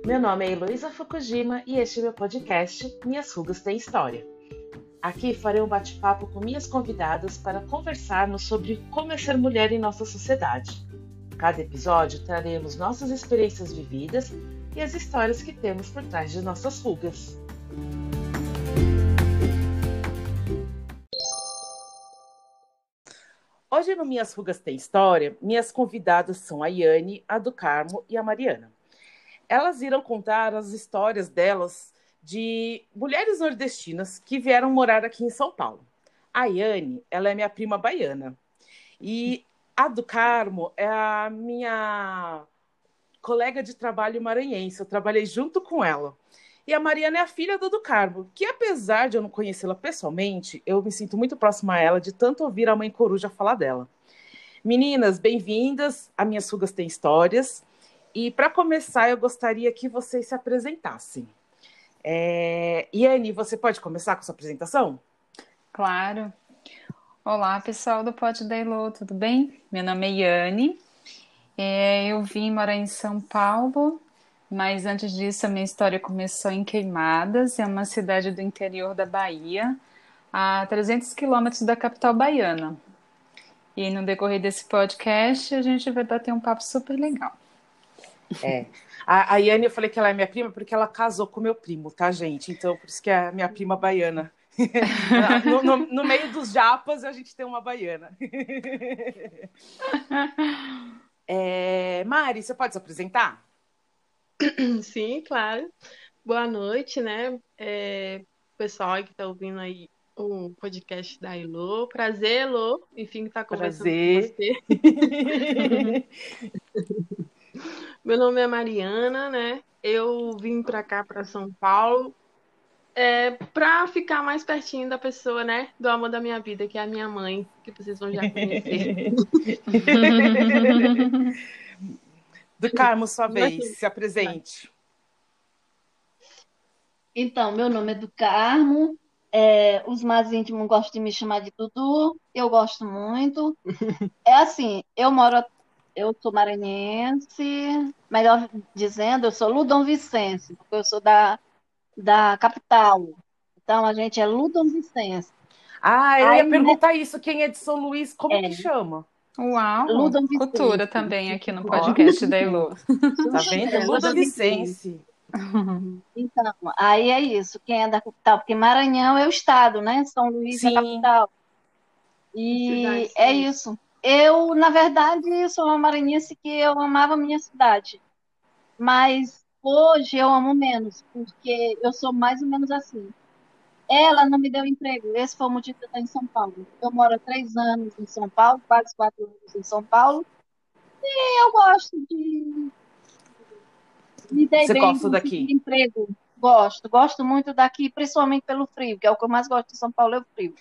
Meu nome é Heloísa Fukujima e este é meu podcast Minhas Rugas Têm História. Aqui farei um bate-papo com minhas convidadas para conversarmos sobre como é ser mulher em nossa sociedade. Cada episódio traremos nossas experiências vividas e as histórias que temos por trás de nossas rugas. Hoje no Minhas Rugas Têm História, minhas convidadas são a Yane, a do Carmo e a Mariana. Elas irão contar as histórias delas de mulheres nordestinas que vieram morar aqui em São Paulo. A Yane, ela é minha prima baiana. E a do Carmo é a minha colega de trabalho maranhense. Eu trabalhei junto com ela. E a Mariana é a filha do Carmo, que apesar de eu não conhecê-la pessoalmente, eu me sinto muito próxima a ela de tanto ouvir a mãe coruja falar dela. Meninas, bem-vindas a Minhas Rugas Têm Histórias. E para começar, eu gostaria que vocês se apresentassem. Yane, você pode começar com a sua apresentação? Claro. Olá, pessoal do Pod da Elo, tudo bem? Meu nome é Yane. Eu vim morar em São Paulo, mas antes disso a minha história começou em Queimadas, é uma cidade do interior da Bahia, a 300 quilômetros da capital baiana. E no decorrer desse podcast a gente vai bater um papo super legal. A Yane, eu falei que ela é minha prima porque ela casou com meu primo, tá, gente? Então, por isso que é a minha prima baiana. No meio dos japas, a gente tem uma baiana. Mari, você pode se apresentar? Sim, claro. Boa noite, né? Pessoal que está ouvindo aí o podcast da Elo. Prazer, Elo. Enfim, estar conversando com você. Meu nome é Mariana, né? Eu vim para cá, para São Paulo, para ficar mais pertinho da pessoa, né? Do amor da minha vida, que é a minha mãe, que vocês vão já conhecer. Do Carmo, sua vez, se apresente. Então, meu nome é do Carmo, os mais íntimos gostam de me chamar de Dudu, eu gosto muito. Eu sou maranhense, melhor dizendo, eu sou Ludon Vicense, porque eu sou da capital. Então, a gente é Ludon Vicense. Eu ia perguntar isso, quem é de São Luís, como que chama? Uau, cultura também aqui no podcast da Elo. Tá vendo? Ludon Vicense. Então, aí é isso, quem é da capital, porque Maranhão é o estado, né? São Luís é a capital. E é isso. Eu, na verdade, sou uma maranhense que eu amava a minha cidade, mas hoje eu amo menos, porque eu sou mais ou menos assim. Ela não me deu emprego, esse foi o motivo de eu estar em São Paulo. Eu moro há 3 anos em São Paulo, quase 4 anos em São Paulo, e eu gosto de... Me dei Você bem gosta daqui? De emprego. Gosto muito daqui, principalmente pelo frio, que é o que eu mais gosto de São Paulo, é o frio.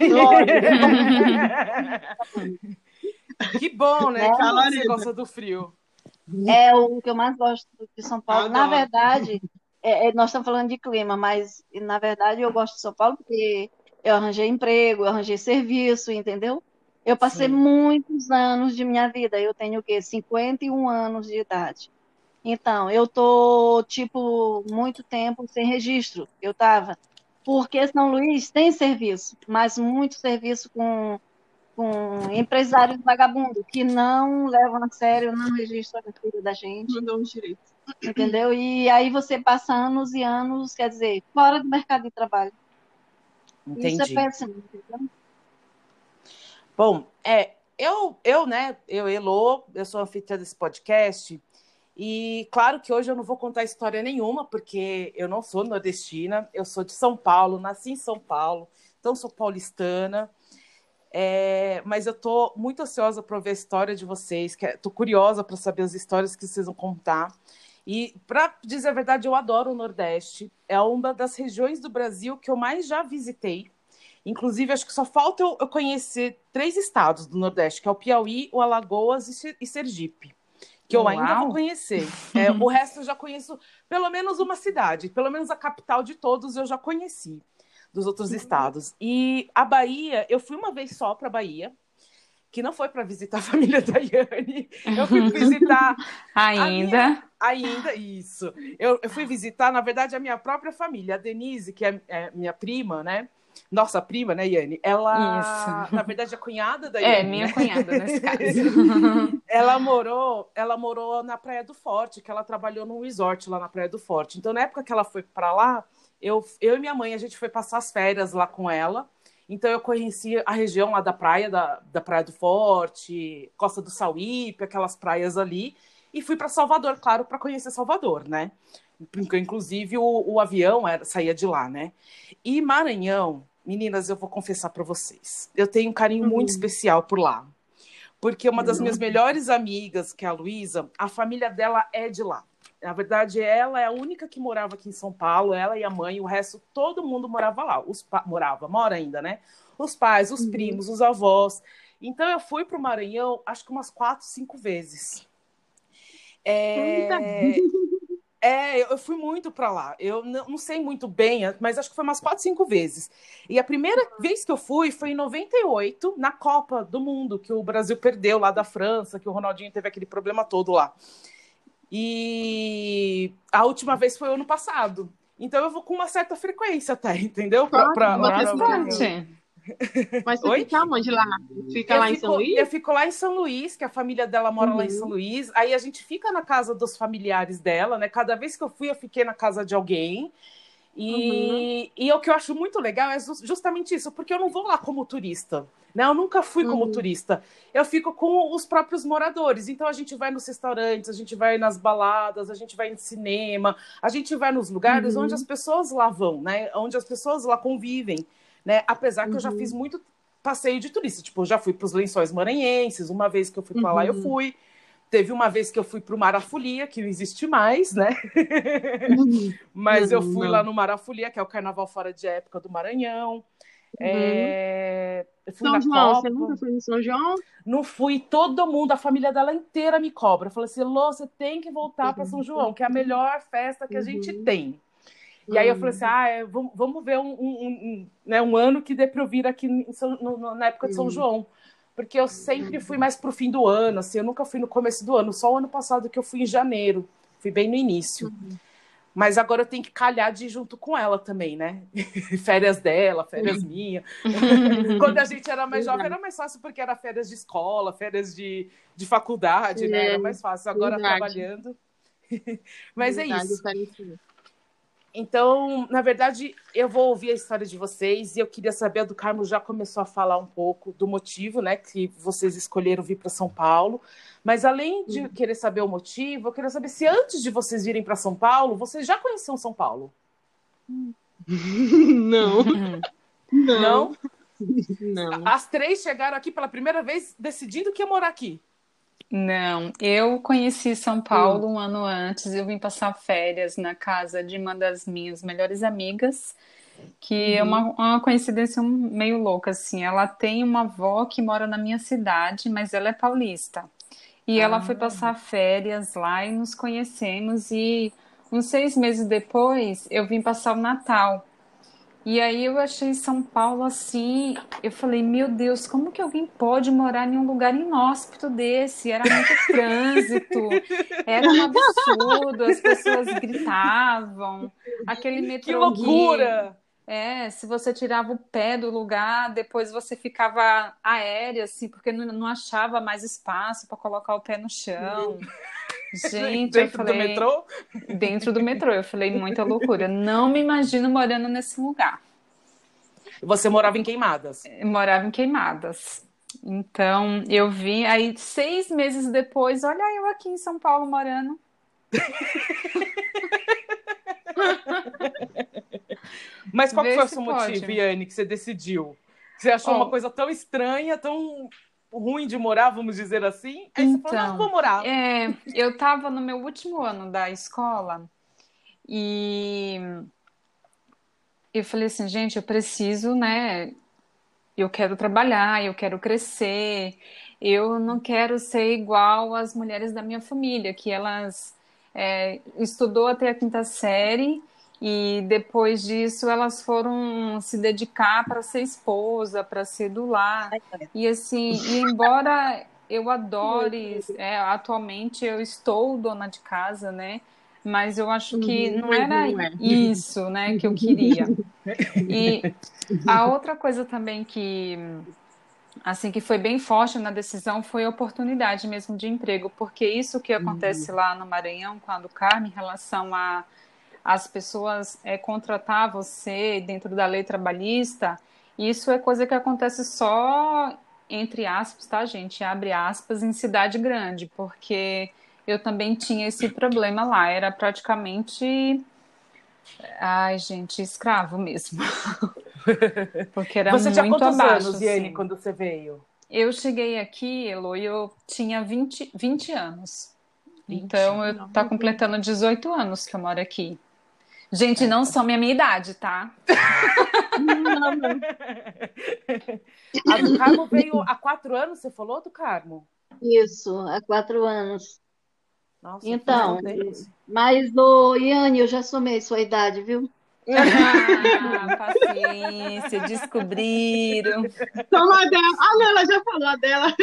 Que bom, né? Que bom que você gosta do frio. É o que eu mais gosto de São Paulo. Na verdade, nós estamos falando de clima, mas na verdade eu gosto de São Paulo porque eu arranjei emprego, eu arranjei serviço, entendeu? Eu passei muitos anos de minha vida, eu tenho o quê? 51 anos de idade. Então, eu tô, muito tempo sem registro, eu tava. Porque São Luís tem serviço, mas muito serviço com empresários vagabundos que não levam a sério, não registram a vida da gente. Não dão os direitos. Entendeu? E aí você passa anos e anos, quer dizer, fora do mercado de trabalho. Entendi. Isso é péssimo, entendeu? Bom, eu, Elo, eu sou anfitriã desse podcast. E claro que hoje eu não vou contar história nenhuma, porque eu não sou nordestina, eu sou de São Paulo, nasci em São Paulo, então sou paulistana. Mas eu estou muito ansiosa para ver a história de vocês, estou curiosa para saber as histórias que vocês vão contar. E, para dizer a verdade, eu adoro o Nordeste, é uma das regiões do Brasil que eu mais já visitei. Inclusive, acho que só falta eu conhecer 3 estados do Nordeste, que é o Piauí, o Alagoas e Sergipe, que eu ainda vou conhecer. O resto eu já conheço pelo menos uma cidade, pelo menos a capital de todos eu já conheci, dos outros estados. E a Bahia, eu fui uma vez só para a Bahia, que não foi para visitar a família da Yane, eu fui visitar Ainda isso. Eu fui visitar, na verdade, a minha própria família. A Denise, que é minha prima, né? Nossa prima, né, Yane? Ela, Isso. na verdade, é cunhada da Yane, Minha né? cunhada, nesse caso. Ela morou na Praia do Forte, que ela trabalhou num resort lá na Praia do Forte. Então, na época que ela foi para lá, eu e minha mãe, a gente foi passar as férias lá com ela. Então, eu conheci a região lá da praia, da Praia do Forte, Costa do Sauípe, aquelas praias ali. E fui para Salvador, claro, para conhecer Salvador, né? Porque, inclusive, o avião saía de lá, né? E Maranhão, meninas, eu vou confessar para vocês. Eu tenho um carinho muito especial por lá. Porque uma das minhas melhores amigas, que é a Luísa, a família dela é de lá. Na verdade, ela é a única que morava aqui em São Paulo, ela e a mãe, o resto, todo mundo morava lá. Mora ainda, né? Os pais, os primos, os avós. Então, eu fui para o Maranhão, acho que umas 4, 5 vezes. Eu fui muito para lá. Eu não sei muito bem, mas acho que foi umas 4, 5 vezes. E a primeira vez que eu fui foi em 98, na Copa do Mundo, que o Brasil perdeu lá da França, que o Ronaldinho teve aquele problema todo lá. E a última vez foi ano passado. Então eu vou com uma certa frequência até, entendeu? Bastante. Mas você Oi? fica onde lá? Fica lá em São Luís? Eu fico lá em São Luís, que a família dela mora lá em São Luís. Aí a gente fica na casa dos familiares dela, né? Cada vez que eu fui, eu fiquei na casa de alguém. E o que eu acho muito legal é justamente isso, porque eu não vou lá como turista, né? Eu nunca fui como turista. Eu fico com os próprios moradores. Então a gente vai nos restaurantes, a gente vai nas baladas, a gente vai no cinema, a gente vai nos lugares onde as pessoas lá vão, né? Onde as pessoas lá convivem, né? Apesar que eu já fiz muito passeio de turista. Tipo, eu já fui para os Lençóis Maranhenses, uma vez que eu fui para lá, eu fui. Teve uma vez que eu fui para o Marafolia, que não existe mais, né? Mas eu fui lá no Marafolia, que é o carnaval fora de época do Maranhão. Eu fui São na João, Copa. você nunca foi em São João? Não fui, todo mundo, a família dela inteira me cobra. Eu falei assim, Lô, você tem que voltar para São João, que é a melhor festa que a gente tem. E aí eu falei assim, vamos ver né, um ano que dê para eu vir aqui na época de São João. Porque eu sempre fui mais pro fim do ano, assim, eu nunca fui no começo do ano, só o ano passado que eu fui em janeiro, fui bem no início. Mas agora eu tenho que calhar de ir junto com ela também, né? Férias dela, férias minhas. Quando a gente era mais jovem, era mais fácil porque era férias de escola, férias de faculdade, né? Era mais fácil. Agora trabalhando. Mas é isso. Então, na verdade, eu vou ouvir a história de vocês e eu queria saber, a do Carmo já começou a falar um pouco do motivo, né, que vocês escolheram vir para São Paulo. Mas além de querer saber o motivo, eu queria saber se antes de vocês virem para São Paulo, vocês já conheciam São Paulo? Não. Não? Não. As 3 chegaram aqui pela primeira vez decidindo que ia morar aqui. Não, eu conheci São Paulo um ano antes, eu vim passar férias na casa de uma das minhas melhores amigas, que é uma coincidência meio louca, assim, ela tem uma avó que mora na minha cidade, mas ela é paulista, e ela foi passar férias lá e nos conhecemos, e uns 6 meses depois eu vim passar o Natal. E aí eu achei São Paulo assim, eu falei, meu Deus, como que alguém pode morar em um lugar inóspito desse? Era muito trânsito, era um absurdo, as pessoas gritavam, aquele metrô Que loucura! se você tirava o pé do lugar, depois você ficava aérea, assim, porque não achava mais espaço para colocar o pé no chão. Gente, dentro do metrô? Dentro do metrô. Eu falei, muita loucura. Não me imagino morando nesse lugar. Você morava em Queimadas? Eu morava em Queimadas. Então, eu vim. Aí, 6 meses depois, olha eu aqui em São Paulo morando. Mas qual foi o seu motivo, Yane, que você decidiu? Você achou uma coisa tão estranha, tão ruim de morar, vamos dizer assim? Aí você falou, não, vou morar. Eu estava no meu último ano da escola e eu falei assim, gente, eu preciso, né? Eu quero trabalhar, eu quero crescer, eu não quero ser igual às mulheres da minha família, que elas estudou até a 5ª série e depois disso elas foram se dedicar para ser esposa, para ser do lar. E assim, e embora eu adoro, atualmente eu estou dona de casa, né? Mas eu acho que não Mas era não é. isso, né, que eu queria. E a outra coisa também que, assim, que foi bem forte na decisão foi a oportunidade mesmo de emprego, porque isso que acontece lá no Maranhão com a do Carmo, em relação a as pessoas contratar você dentro da lei trabalhista, isso é coisa que acontece só, entre aspas, tá, gente? Abre aspas, em cidade grande, porque eu também tinha esse problema lá, era praticamente, ai, gente, escravo mesmo, porque era Você tinha muito quantos abaixo, anos, Iane, assim. quando você veio? Eu cheguei aqui, Elo, e eu tinha 20 anos. 20? Então, eu tá Não, completando 18 anos que eu moro aqui. Gente, É. não some a minha idade, tá? não. A do Carmo veio há 4 anos, você falou, do Carmo? Isso, há 4 anos. Nossa, faz Então, tanto tempo assim. mas, ô, Iane, eu já somei sua idade, viu? Ah, paciência, descobriram. Toma a dela. Ah, não, ela já falou a dela.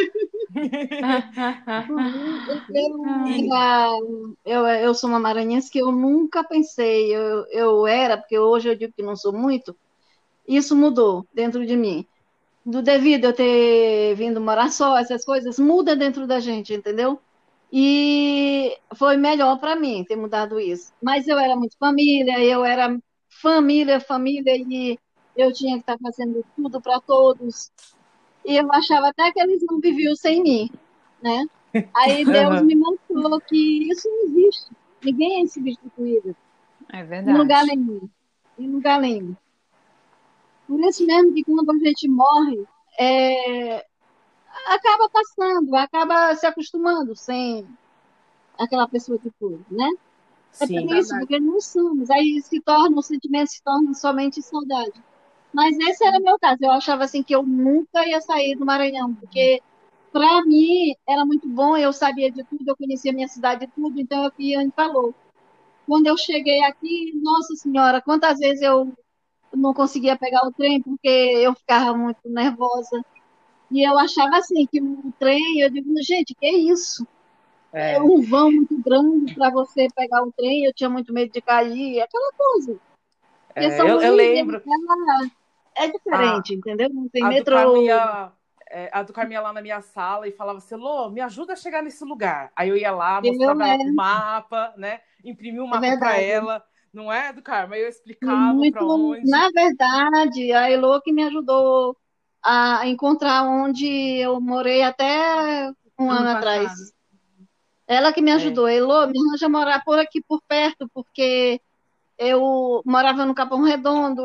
E, Eu sou uma maranhense que eu nunca pensei, eu era, porque hoje eu digo que não sou muito, isso mudou dentro de mim. Devido eu ter vindo morar só, essas coisas, muda dentro da gente, entendeu? E foi melhor para mim ter mudado isso. Mas eu era muito família, eu era família, família, e eu tinha que estar fazendo tudo para todos. E eu achava até que eles não viviam sem mim, né? Aí Deus Aham. me mostrou que isso não existe. Ninguém é insubstituível, É em lugar verdade. nenhum, em lugar nenhum. Por isso mesmo que quando a gente morre, é, acaba passando, acaba se acostumando sem aquela pessoa que foi, né? É por Sim. isso, Saudade. porque não somos. Aí se torna, o sentimento se torna somente saudade. Mas esse era meu caso. Eu achava assim que eu nunca ia sair do Maranhão, porque para mim era muito bom, eu sabia de tudo, eu conhecia a minha cidade de tudo, então é o que a Anne falou. Quando eu cheguei aqui, nossa senhora, quantas vezes eu não conseguia pegar o trem porque eu ficava muito nervosa. E eu achava assim que o trem, eu digo, gente, que é isso? É É, um vão muito grande para você pegar o trem, eu tinha muito medo de cair, aquela coisa. Porque São eu Luís, lembro, ela é a, diferente, entendeu? Não tem a do Carmo metrô, ia lá na minha sala e falava assim, Lô, me ajuda a chegar nesse lugar. Aí eu ia lá, entendeu? mostrava ela com o mapa, né? Imprimia o É mapa para verdade. ela, não é, do Carmo? Aí eu E explicava para muito, onde. na verdade, a Elo que me ajudou a encontrar onde eu morei até um Ano ano passado. atrás. Ela que me É, ajudou. Elo, me arranja morar por aqui por perto, porque eu morava no Capão Redondo,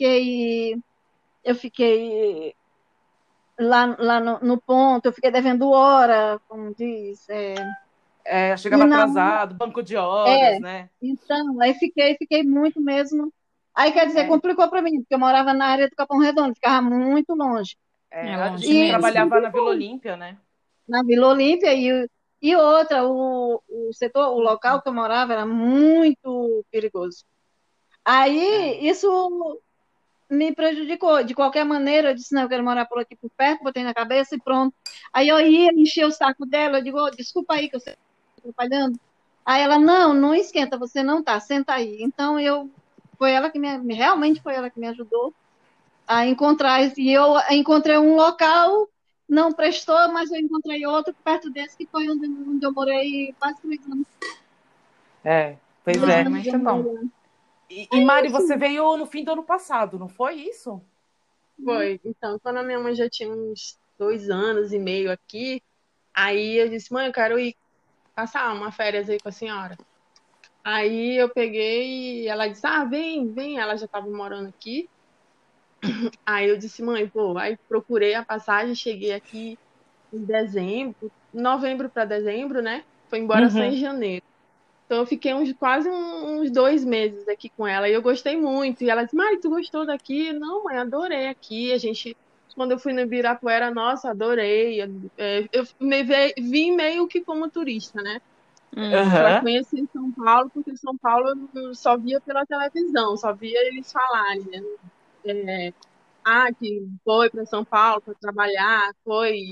eu fiquei lá no ponto, eu fiquei devendo hora, como diz. chegava E na atrasado, banco de horas, É, né? então, aí fiquei muito mesmo. Aí quer dizer, É, complicou para mim, porque eu morava na área do Capão Redondo, ficava muito longe. É a longe gente E mesmo. trabalhava na Vila Olímpia, né? na Vila Olímpia e outra, o setor, o local que eu morava era muito perigoso. É, Aí isso me prejudicou. De qualquer maneira, eu disse, não, eu quero morar por aqui por perto, botei na cabeça e pronto. Aí eu ia encher o saco dela, eu digo, "Ô, desculpa aí que eu estou atrapalhando." Aí ela, não, não esquenta, você não tá, senta aí. Então foi ela que realmente foi ela que me ajudou a encontrar, e eu encontrei um local, não prestou, mas eu encontrei outro perto desse, que foi onde eu morei quase 3 anos. pois Dois Ah, é. anos eu muito morei bom. lá. E Mari, você Isso, veio no fim do ano passado, não foi isso? Foi. Então, quando a minha mãe já tinha uns 2 anos e meio aqui, aí eu disse, mãe, eu quero ir passar uma férias aí com a senhora. Aí eu peguei e ela disse, ah, vem, vem. Ela já estava morando aqui. Aí eu disse, mãe, pô, aí procurei a passagem, cheguei aqui em dezembro, novembro para dezembro, né? Foi embora só em Uhum. janeiro. Então eu fiquei quase uns 2 meses aqui com ela e eu gostei muito. E ela disse, Mari, tu gostou daqui? Não, mãe, adorei aqui. Quando eu fui no Ibirapuera, nossa, adorei. Eu vim meio que como turista, né? Para Aham. conhecer São Paulo, porque São Paulo eu só via pela televisão, só via eles falarem, né? Que foi para São Paulo para trabalhar, foi.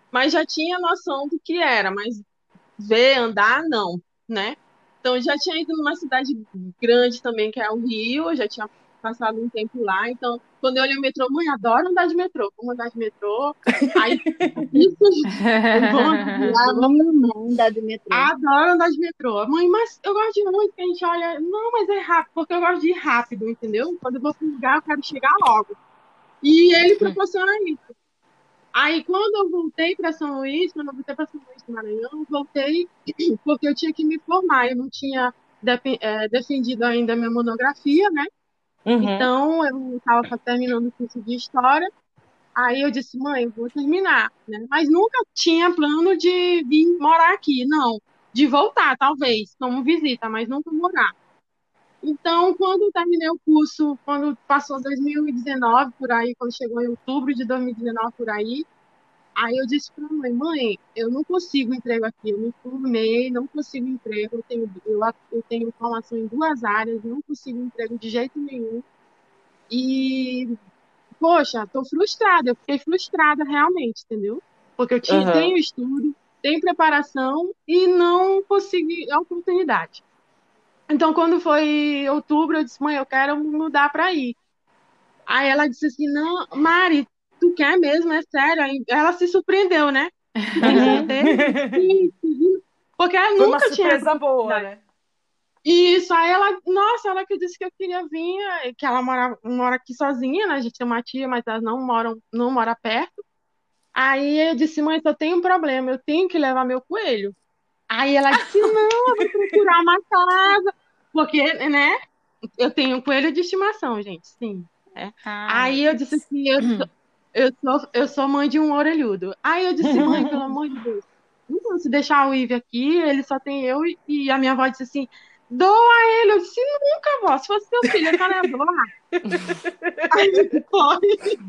mas já tinha noção do que era, mas ver, andar, não, né? Então, eu já tinha ido numa cidade grande também, que é o Rio, eu já tinha passado um tempo lá. Então, quando eu olhei o metrô, mãe, adoro andar de metrô. Vamos andar de metrô. Aí, isso, vamos andar de Lá metrô. não andar de metrô. Adoro andar de metrô. Mãe, mas eu gosto de muito que a gente olha. Não, mas é rápido, porque eu gosto de ir rápido, entendeu? Quando eu vou para um lugar, eu quero chegar logo. E ele proporciona isso. Aí, quando eu voltei para São Luís, quando eu voltei para São Luís do Maranhão, eu voltei porque eu tinha que me formar. Eu não tinha defendido ainda a minha monografia, né? Uhum. Então, eu estava terminando o curso de História. Aí eu disse, mãe, eu vou terminar, né? Mas nunca tinha plano de vir morar aqui, não. De voltar, talvez, como visita, mas nunca morar. Então, quando eu terminei o curso, quando passou 2019, por aí, quando chegou em outubro de 2019, por aí eu disse para a mãe, mãe, eu não consigo emprego aqui, eu me formei, não consigo emprego, eu tenho formação em 2 áreas, não consigo emprego de jeito nenhum. E, poxa, estou frustrada, eu fiquei frustrada realmente, entendeu? Porque eu Uhum. tenho estudo, tenho preparação e não consegui a oportunidade. Então, quando foi outubro, eu disse, mãe, eu quero mudar para aí. Aí ela disse assim, não, Mari, tu quer mesmo, é sério? Aí ela se surpreendeu, né? Tu tem Uhum. certeza? Sim, sim. Porque ela Foi uma nunca tinha essa surpresa boa, oportunidade. né? Isso, aí ela, nossa, ela que disse que eu queria vir, que ela mora aqui sozinha, né? A gente tem uma tia, mas ela não mora perto. Aí eu disse, mãe, só tem um problema, eu tenho que levar meu coelho. Aí ela disse, não, eu vou procurar uma casa, porque, né? Eu tenho um coelho de estimação, gente, sim. É. Ai, meu Aí eu disse Deus. assim, eu sou mãe de um orelhudo. Aí eu disse, mãe, pelo amor de Deus, não posso deixar o Ive aqui, ele só tem eu e a minha avó disse assim, doa ele. Eu disse, nunca, vó, se fosse seu filho, eu estaria doar. Aí foi.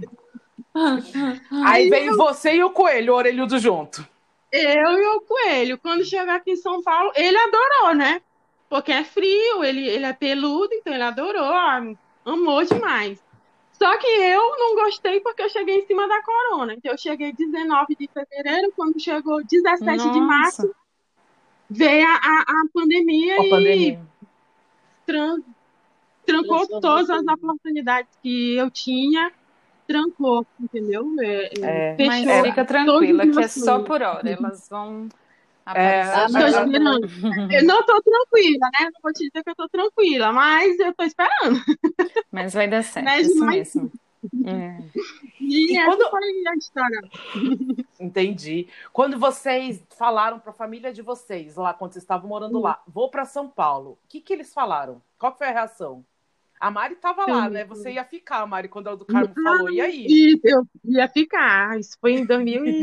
Aí Aí veio você e o coelho, o orelhudo junto. eu e o coelho, quando chegou aqui em São Paulo, ele adorou, né? Porque é frio, ele é peludo, então ele adorou, amou demais. Só que eu não gostei porque eu cheguei em cima da corona. Então eu cheguei 19 de fevereiro, quando chegou 17 de março, Nossa. veio a pandemia A e pandemia. tran- trancou Transformou todas as tudo. oportunidades que eu tinha, trancou, entendeu? É, Mas Fechou é, fica todos os tranquila que é meus só sonhos. por hora. Elas vão é, Ah, aparecer Tô mas já. esperando. Eu não tô tranquila, né? Não vou te dizer que eu tô tranquila, mas eu tô esperando, Mas vai dar né? certo, isso Demais. mesmo. É. E e essa quando. foi a história. Entendi. Quando vocês falaram para a família de vocês, lá quando vocês estavam morando lá, vou para São Paulo, o que que eles falaram? Qual foi a reação? A Mari estava lá, né? Você ia ficar, Mari, quando a do Carmo falou. E aí? E eu ia ficar. Isso foi em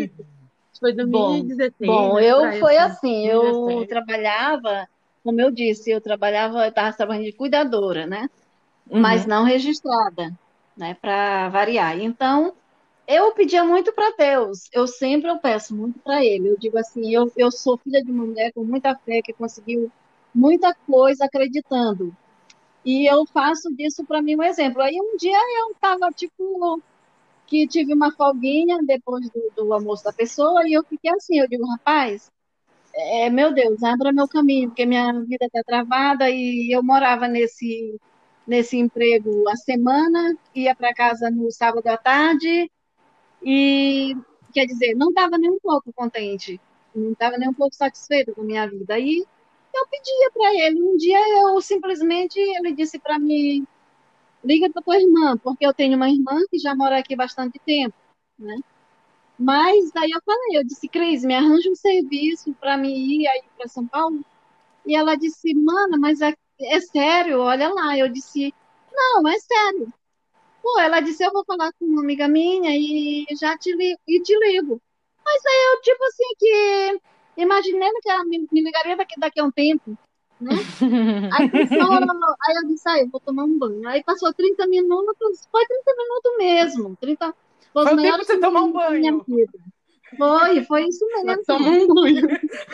2016, Bom, né? Por eu aí, foi assim, assim, eu 2017. trabalhava, como eu disse, eu estava trabalhando de cuidadora, né? Mas Uhum. não registrada, né? Para variar. Então, eu pedia muito para Deus. Eu peço muito para Ele. Eu digo assim, eu sou filha de uma mulher com muita fé que conseguiu muita coisa acreditando. E eu faço disso para mim um exemplo. Aí um dia eu estava tipo que tive uma folguinha depois do almoço da pessoa e eu fiquei assim, eu digo, rapaz, meu Deus, abra meu caminho, porque minha vida está travada e eu morava nesse emprego a semana, ia para casa no sábado à tarde e, quer dizer, não estava nem um pouco contente, não estava nem um pouco satisfeita com a minha vida. Aí eu pedia para ele, um dia eu simplesmente, ele disse para mim, liga para tua irmã, porque eu tenho uma irmã que já mora aqui há bastante tempo, né? Mas daí eu falei, eu disse, Cris, me arranja um serviço para mim ir aí para São Paulo. E ela disse, mana, mas é sério, olha lá. Eu disse, não, é sério. Pô, ela disse, eu vou falar com uma amiga minha e já te ligo. Mas aí eu, tipo assim, que imaginando que ela me ligaria daqui a um tempo, né? Aí passou, aí eu disse, eu vou tomar um banho. Aí passou 30 minutos, foi 30 minutos mesmo, 30, foi os Foi o tempo de melhores você 30 tomar um minutos da minha banho. vida. Foi isso Ela mesmo. tomou um banho.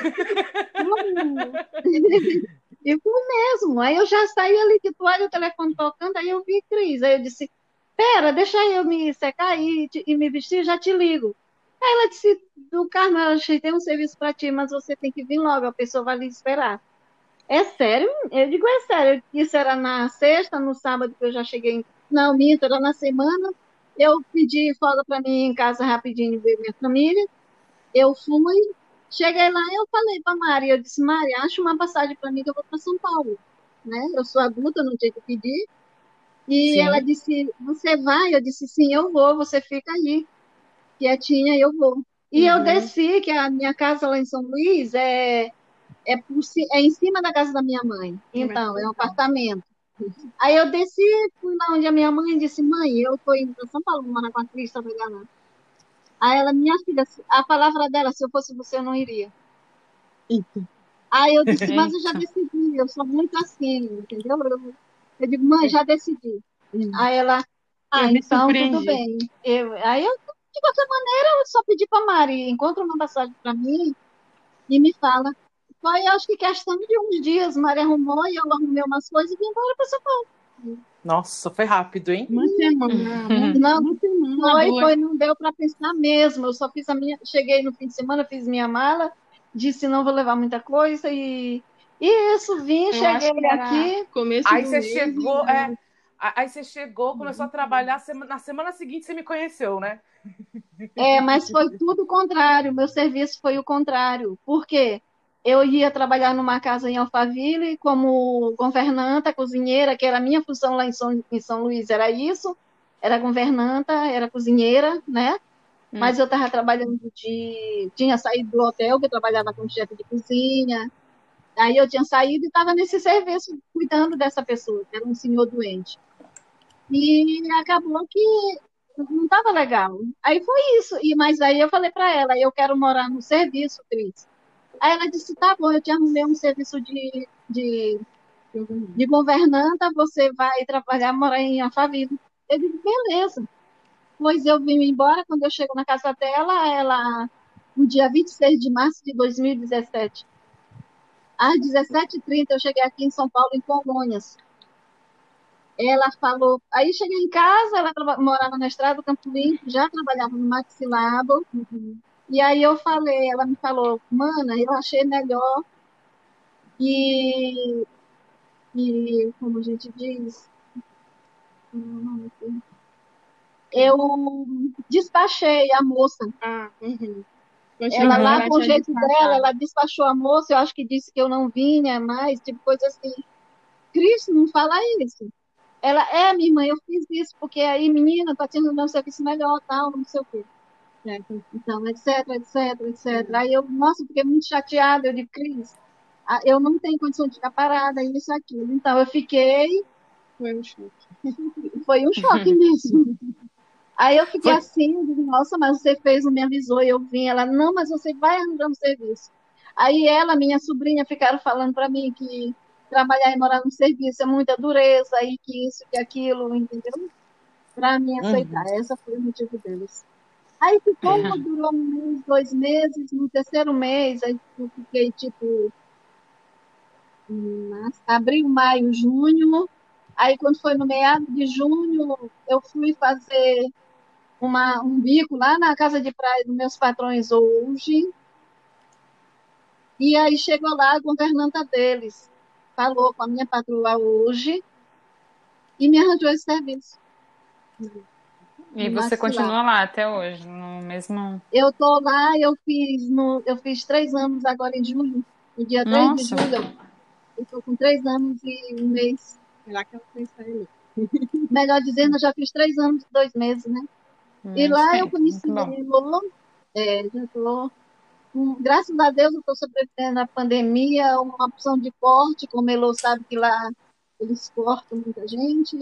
E foi mesmo. Aí eu já saí ali de toalha, o telefone tocando, aí eu vi Cris. Aí eu disse, pera, deixa eu me secar aí e me vestir, já te ligo. Ela disse, do Carmo, eu achei, tem um serviço para ti, mas você tem que vir logo, a pessoa vai lhe esperar. É sério? Eu digo, é sério. Isso era na sexta, no sábado que eu já cheguei. Não, minto, era na semana. Eu pedi folga para mim em casa rapidinho ver minha família. Eu fui, cheguei lá, eu falei para Mari, eu disse, Mari, acha uma passagem para mim que eu vou para São Paulo, né? Eu sou adulta, não tinha que pedir. E ela Sim. disse, você vai? Eu disse, sim, eu vou, você fica aí, quietinha, eu vou. E eu Uhum. desci, que a minha casa lá em São Luís é em cima da casa da minha mãe. Então, é um apartamento. Aí eu desci, fui lá onde a minha mãe disse, mãe, eu tô indo para São Paulo, vou morar com a Cris, trabalhar lá. Aí ela, minha filha, a palavra dela, se eu fosse você, eu não iria. Aí eu disse, mas eu já Eita. decidi, eu sou muito assim, entendeu? Eu digo, mãe, já decidi. Aí ela, Eu ah, me então tudo surpreendi. bem. Aí eu, de qualquer maneira, eu só pedi para Mari, encontra uma passagem para mim e me fala. Foi, acho que questão de uns dias, Mari arrumou e eu arrumei umas coisas e vim embora para São Paulo. Nossa, foi rápido, hein? Uma semana, Não, uma semana, duas. não deu para pensar mesmo. Eu só fiz a minha, cheguei no fim de semana, fiz minha mala, disse não vou levar muita coisa e isso, vim, Eu acho cheguei que era aqui. começo Aí do você mês e chegou, já. aí você chegou, começou a trabalhar, na semana seguinte você me conheceu, né? Mas foi tudo o contrário. Meu serviço foi o contrário. Por quê? Eu ia trabalhar numa casa em Alphaville como governanta, cozinheira, que era a minha função lá em São Luís, era isso. Era governanta, era cozinheira, né? Mas eu estava trabalhando tinha saído do hotel, que eu trabalhava como chefe de cozinha. Aí eu tinha saído e estava nesse serviço, cuidando dessa pessoa, que era um senhor doente. E acabou que não estava legal. Aí foi isso. Mas aí eu falei para ela, eu quero morar no serviço, Cris. Aí ela disse, tá bom, eu te arrumei um serviço de governanta, você vai trabalhar, morar em Alphaville. Eu disse, beleza. Pois eu vim embora, quando eu chego na casa dela, no dia 26 de março de 2017, às 17h30, eu cheguei aqui em São Paulo, em Congonhas. Ela falou, aí cheguei em casa, ela morava na Estrada do Campo Limpo, já trabalhava no Maxi Labo, e aí eu falei, ela me falou, mana, eu achei melhor e, como a gente diz, eu despachei a moça. Ah, uhum. Ela Continuou, lá, Uhum. ela com o tinha jeito dela, despachado. ela despachou a moça, eu acho que disse que eu não vinha mais, tipo coisa assim. Cristo, não fala isso. Ela, minha irmã, eu fiz isso, porque aí, menina, tá tendo um serviço melhor, tal, não sei o quê. Então, etc, etc, etc. Aí eu, nossa, fiquei muito chateada, eu digo, Cris, eu não tenho condição de ficar parada, isso, aquilo. Então, eu fiquei, Foi um choque. foi um choque mesmo. Aí eu fiquei Foi, assim, eu digo, nossa, mas você fez, não me avisou, e eu vim. Ela, não, mas você vai arranjando serviço. Aí ela, minha sobrinha, ficaram falando para mim que trabalhar e morar no serviço é muita dureza, e que isso, que aquilo, entendeu? Para mim aceitar. uhum. Esse foi o motivo deles. Aí ficou, durou um mês, 2 meses, no terceiro mês, aí eu fiquei tipo, abril, maio, junho. Aí quando foi no meado de junho, eu fui fazer um bico lá na casa de praia dos meus patrões hoje. E aí chegou lá a governanta deles, falou com a minha patroa hoje e me arranjou esse serviço E no você maxilar. continua lá até hoje, no mesmo. Eu tô lá, eu fiz 3 anos agora em julho, no dia 3 de Nossa, julho, eu tô com 3 anos e um mês. Será que ela fez pra ele? Melhor dizendo, eu já fiz 3 anos e 2 meses, né? E muito lá eu tempo, conheci muito bom. Elô, já tô, graças a Deus eu estou sobrevivendo à pandemia, uma opção de corte, como Elô sabe que lá eles cortam muita gente,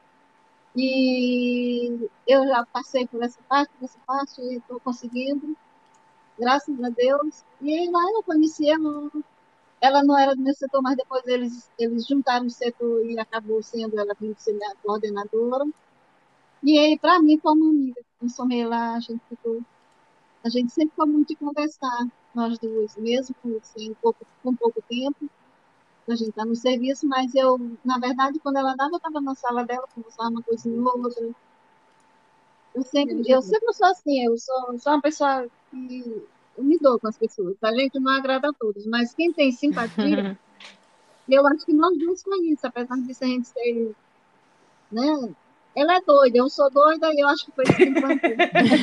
e eu já passei por essa parte, e estou conseguindo, graças a Deus. E aí lá eu conheci ela não era do meu setor, mas depois eles juntaram o setor e acabou sendo ela vindo ser minha coordenadora. E aí, para mim, foi uma amiga. Eu somei lá, a gente sempre foi muito de conversar, nós duas, mesmo assim, com pouco tempo. A gente está no serviço, mas na verdade, quando ela dava, eu estava na sala dela, conversava uma coisa em outra. Eu sempre sou assim, eu sou uma pessoa que eu me dou com as pessoas. A gente não agrada a todos, mas quem tem simpatia, eu acho que nós duas foi isso, apesar de a gente ser, né? Ela é doida, eu sou doida e eu acho que foi isso que implantou.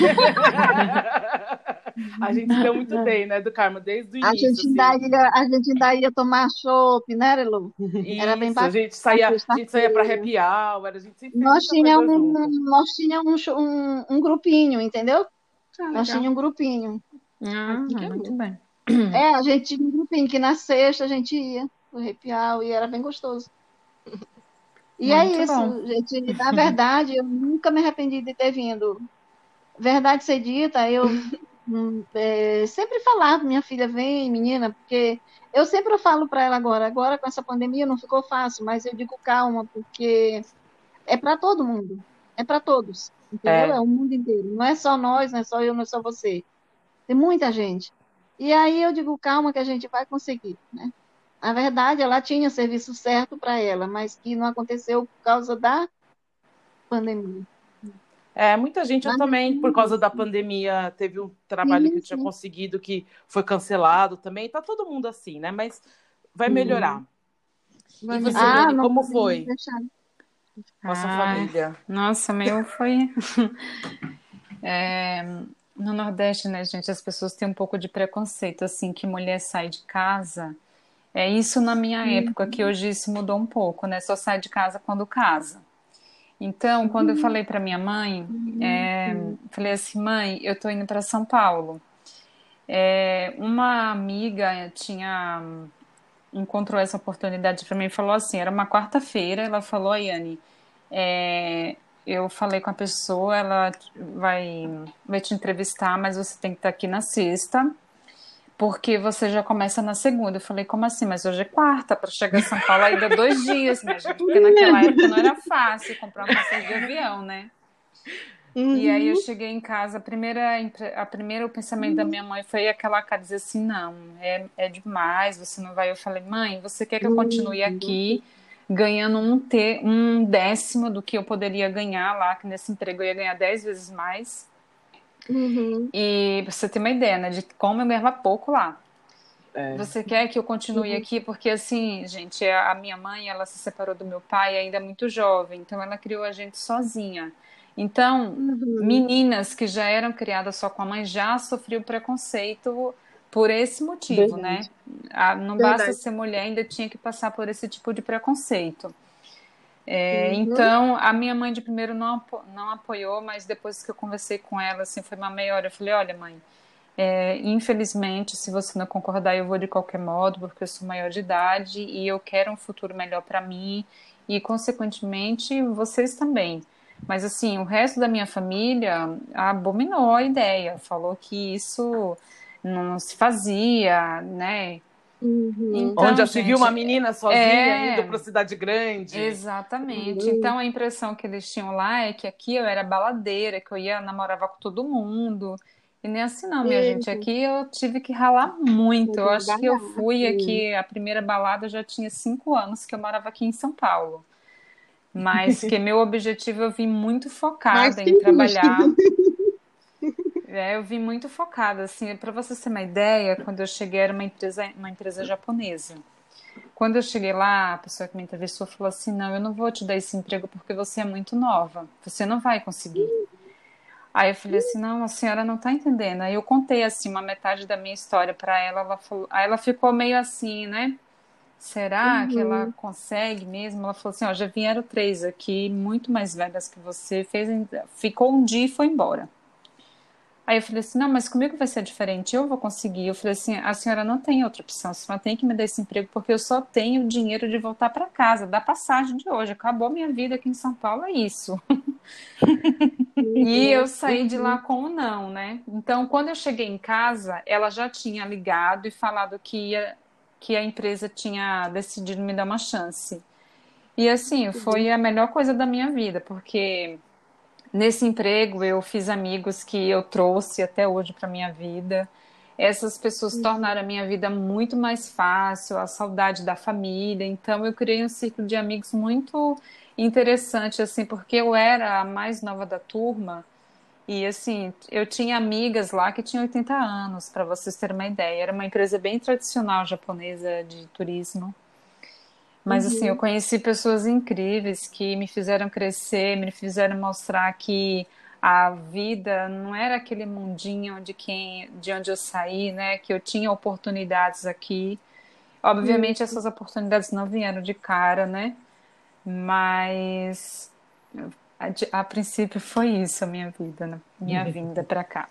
A gente se deu muito bem, né, do Carmo, desde o A início, gente ainda assim. ia, a gente ainda ia tomar chopp, né, Lelu? Era bem Isso, bacana, a gente saía para sexta-feira. happy hour, a gente sempre fez Nós muita tinha coisa um, junto. nós tinha um grupinho, entendeu? Ah, Nós legal. tinha um grupinho. Assim que é Muito bom. bem. A gente tinha um grupinho que na sexta a gente ia pro happy hour e era bem gostoso. E é Muito isso, bom. gente. Na verdade, eu nunca me arrependi de ter vindo. Verdade ser dita, eu sempre falava, minha filha, vem, menina, porque eu sempre falo para ela agora com essa pandemia não ficou fácil, mas eu digo calma, porque é para todo mundo, é para todos, entendeu? É, É o mundo inteiro, não é só nós, não é só eu, não é só você, tem muita gente. E aí eu digo calma que a gente vai conseguir, né? Na verdade, ela tinha o serviço certo para ela, mas que não aconteceu por causa da pandemia. muita gente, eu Mas, também, por causa da pandemia, teve um trabalho que sim, eu tinha sim. conseguido que foi cancelado também. Tá todo mundo assim, né? Mas vai melhorar. Uhum. E Vai você, melhorar. Ah, Yane, não como podemos foi deixar. com a sua Ah, família? nossa, meu foi. No Nordeste, né, gente, as pessoas têm um pouco de preconceito, assim, que mulher sai de casa. É isso na minha época, que Uhum, hoje isso mudou um pouco, né? Só sai de casa quando casa. Então, quando eu uhum, falei para minha mãe, sim. falei assim, mãe, eu tô indo para São Paulo. Uma amiga encontrou essa oportunidade para mim e falou assim, era uma quarta-feira, ela falou, Yane, eu falei com a pessoa, ela vai te entrevistar, mas você tem que estar aqui na sexta, porque você já começa na segunda. Eu falei, como assim? Mas hoje é quarta, para chegar a São Paulo aí dá 2 dias, minha gente, porque naquela época não era fácil comprar uma passagem de avião, né? E aí eu Uhum. cheguei em casa, o pensamento da minha mãe foi aquela cara dizer assim, não, é demais, você não vai. Eu falei, mãe, você quer que eu continue aqui ganhando um décimo do que eu poderia ganhar lá, que nesse emprego eu ia ganhar 10 vezes mais. Uhum. E pra você ter uma ideia, né, de como eu ganhava pouco lá. É. Você quer que eu continue Uhum. aqui? Porque assim, gente, a minha mãe, ela se separou do meu pai ainda muito jovem, então ela criou a gente sozinha. Então, Uhum. meninas que já eram criadas só com a mãe já sofriam preconceito por esse motivo, né? Verdade. Não basta Verdade. ser mulher, ainda tinha que passar por esse tipo de preconceito. Uhum. Então, a minha mãe de primeiro não apoiou, mas depois que eu conversei com ela, assim, foi uma meia hora, eu falei, olha, mãe, infelizmente, se você não concordar, eu vou de qualquer modo, porque eu sou maior de idade e eu quero um futuro melhor para mim e, consequentemente, vocês também. Mas, assim, o resto da minha família abominou a ideia, falou que isso não se fazia, né? Uhum. Onde Então, já se viu gente, uma menina sozinha indo é para cidade grande? exatamente. Uhum. Então, a impressão que eles tinham lá é que aqui eu era baladeira, que eu ia namorava com todo mundo. E nem assim não, minha gente. Eita, Aqui eu tive que ralar muito. vou Eu acho que eu trabalhar. fui aqui, a primeira balada eu já tinha 5 anos que eu morava aqui em São Paulo. Mas que meu objetivo eu vim muito Mais focada que em justo. trabalhar. Eu vim muito focada, assim, para você ter uma ideia, quando eu cheguei era uma empresa japonesa. Quando eu cheguei lá, a pessoa que me entrevistou falou assim: não, eu não vou te dar esse emprego porque você é muito nova, você não vai conseguir. Aí eu falei assim: não, a senhora não está entendendo. Aí eu contei assim uma metade da minha história para ela, aí ela ficou meio assim, né? Será que ela Uhum. consegue mesmo? Ela falou assim: ó, já vieram 3 aqui, muito mais velhas que você, ficou um dia e foi embora. Aí eu falei assim, não, mas comigo vai ser diferente, eu vou conseguir. Eu falei assim, a senhora não tem outra opção, a senhora tem que me dar esse emprego porque eu só tenho dinheiro de voltar para casa, da passagem de hoje. Acabou minha vida aqui em São Paulo, é isso. E eu Uhum. saí de lá Uhum. com um não, né? Então, quando eu cheguei em casa, ela já tinha ligado e falado que a empresa tinha decidido me dar uma chance. E assim, foi a melhor coisa da minha vida, porque nesse emprego, eu fiz amigos que eu trouxe até hoje para minha vida. Essas pessoas tornaram a Uhum. minha vida muito mais fácil, a saudade da família. Então, eu criei um círculo de amigos muito interessante, assim, porque eu era a mais nova da turma E assim, eu tinha amigas lá que tinham 80 anos, para vocês terem uma ideia. Era uma empresa bem tradicional japonesa de turismo. Mas assim, eu Uhum. conheci pessoas incríveis que me fizeram crescer, me fizeram mostrar que a vida não era aquele mundinho de onde eu saí, né? Que eu tinha oportunidades aqui. Sim. Obviamente essas oportunidades não vieram de cara, né? Mas a princípio foi isso a minha vida, né? Minha vinda para cá.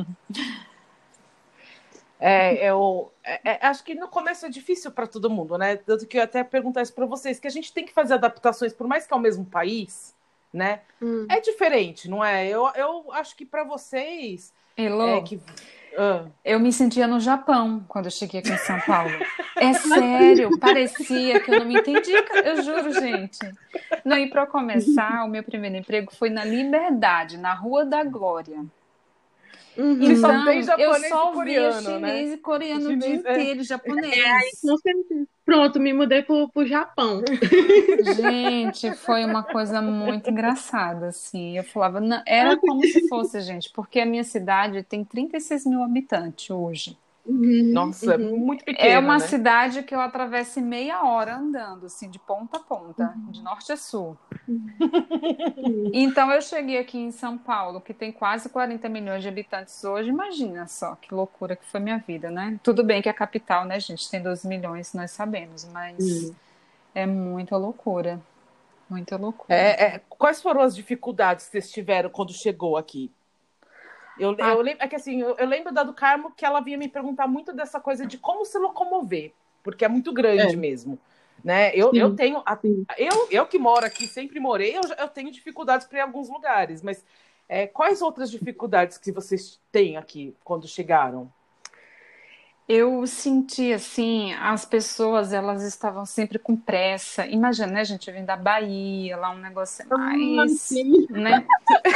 Acho que no começo é difícil para todo mundo, né? Tanto que eu até perguntar isso para vocês, que a gente tem que fazer adaptações, por mais que é o mesmo país, né? Hum. É diferente, não é? Eu acho que para vocês é Elô, que. Ah, eu me sentia no Japão quando eu cheguei aqui em São Paulo. É sério, parecia que eu não me entendia, eu juro, gente. Não, e para começar, o meu primeiro emprego foi na Liberdade, na Rua da Glória. que só Uhum. tem Então, eu japonês e só via coreano, né? chinês e coreano o dia Chinês, é. inteiro, japonês. Com certeza. Pronto, me mudei pro Japão. Gente, foi uma coisa muito engraçada, assim. Eu falava, não, era como se fosse, gente, porque a minha cidade tem 36 mil habitantes hoje. Uhum, Nossa, é uhum, muito É pequena, uma né? cidade que eu atravesso em meia hora andando, assim, de ponta a ponta, de uhum, norte a sul. sim. Então eu cheguei aqui em São Paulo, que tem quase 40 milhões de habitantes hoje. Imagina só que loucura que foi minha vida, né? Tudo bem que a capital, né, gente, tem 12 milhões, nós sabemos, mas Sim. é muita loucura, muita loucura. Quais foram as dificuldades que vocês tiveram quando chegou aqui? Ah, Eu lembro, é que assim, eu lembro da do Carmo que ela vinha me perguntar muito dessa coisa de como se locomover, porque é muito É, grande mesmo, né? Eu sim, tenho, sim. eu que moro aqui, sempre morei, eu tenho dificuldades para ir a alguns lugares, mas quais outras dificuldades que vocês têm aqui quando chegaram? eu senti assim, as pessoas elas estavam sempre com pressa. Imagina, né, gente, eu vim da Bahia, lá um negócio Ah, mais, sim. né?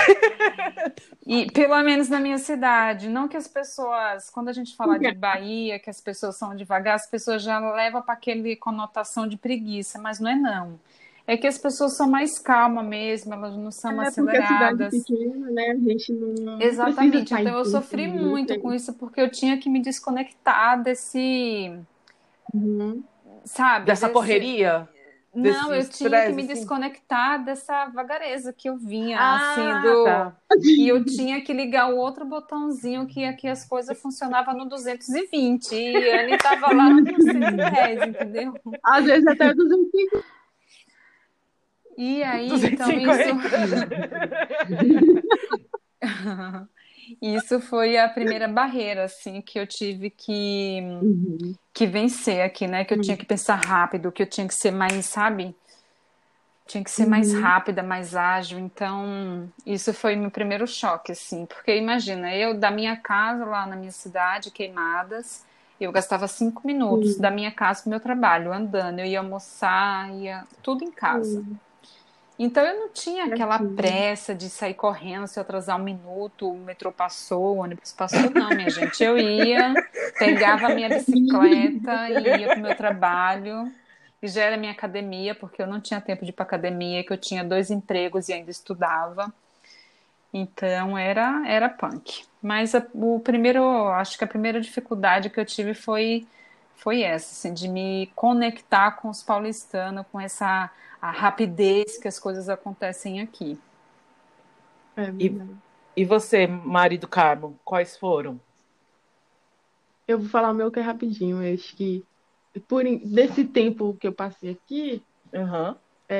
E pelo menos na minha cidade, não que as pessoas, quando a gente fala de Bahia, que as pessoas são devagar, as pessoas já levam para aquele conotação de preguiça, mas não é não. É que as pessoas são mais calmas mesmo, elas não são É porque a cidade é aceleradas. pequena, né? A gente não precisa Exatamente. sair Então eu tanto, sofri não muito com sei. isso porque eu tinha que me desconectar desse, Uhum. sabe, Dessa desse. correria, Não, desse eu tinha que estresse, me assim? desconectar dessa vagareza que eu vinha, assim, Ah, do. tá. E eu tinha que ligar o outro botãozinho que aqui as coisas funcionavam no 220 e a Anne estava lá no 110, entendeu? Às vezes até 250. E aí, então, isso. 250. Isso foi a primeira barreira, assim, que eu tive Uhum. que vencer aqui, né? Que eu tinha que pensar rápido, que eu tinha que ser mais, sabe? Tinha que ser mais Uhum. rápida, mais ágil. Então, isso foi meu primeiro choque, assim. Porque imagina, eu da minha casa lá na minha cidade, Queimadas, eu gastava 5 minutos da Sim. minha casa pro meu trabalho, andando. Eu ia almoçar, ia tudo em casa. Sim. Então eu não tinha aquela Certinho. pressa de sair correndo se eu atrasar 1 minuto, o metrô passou, o ônibus passou. Não, minha gente, eu ia, pegava a minha bicicleta e ia pro meu trabalho. E já era minha academia, porque eu não tinha tempo de ir para academia, que eu tinha 2 empregos e ainda estudava. Então era punk. Mas acho que a primeira dificuldade que eu tive foi essa, assim, de me conectar com os paulistanos, com essa a rapidez que as coisas acontecem aqui. É E, verdade. e você, marido Carmo, quais foram? Eu vou falar o meu que é rapidinho. Eu acho que desse tempo que eu passei aqui, Uhum.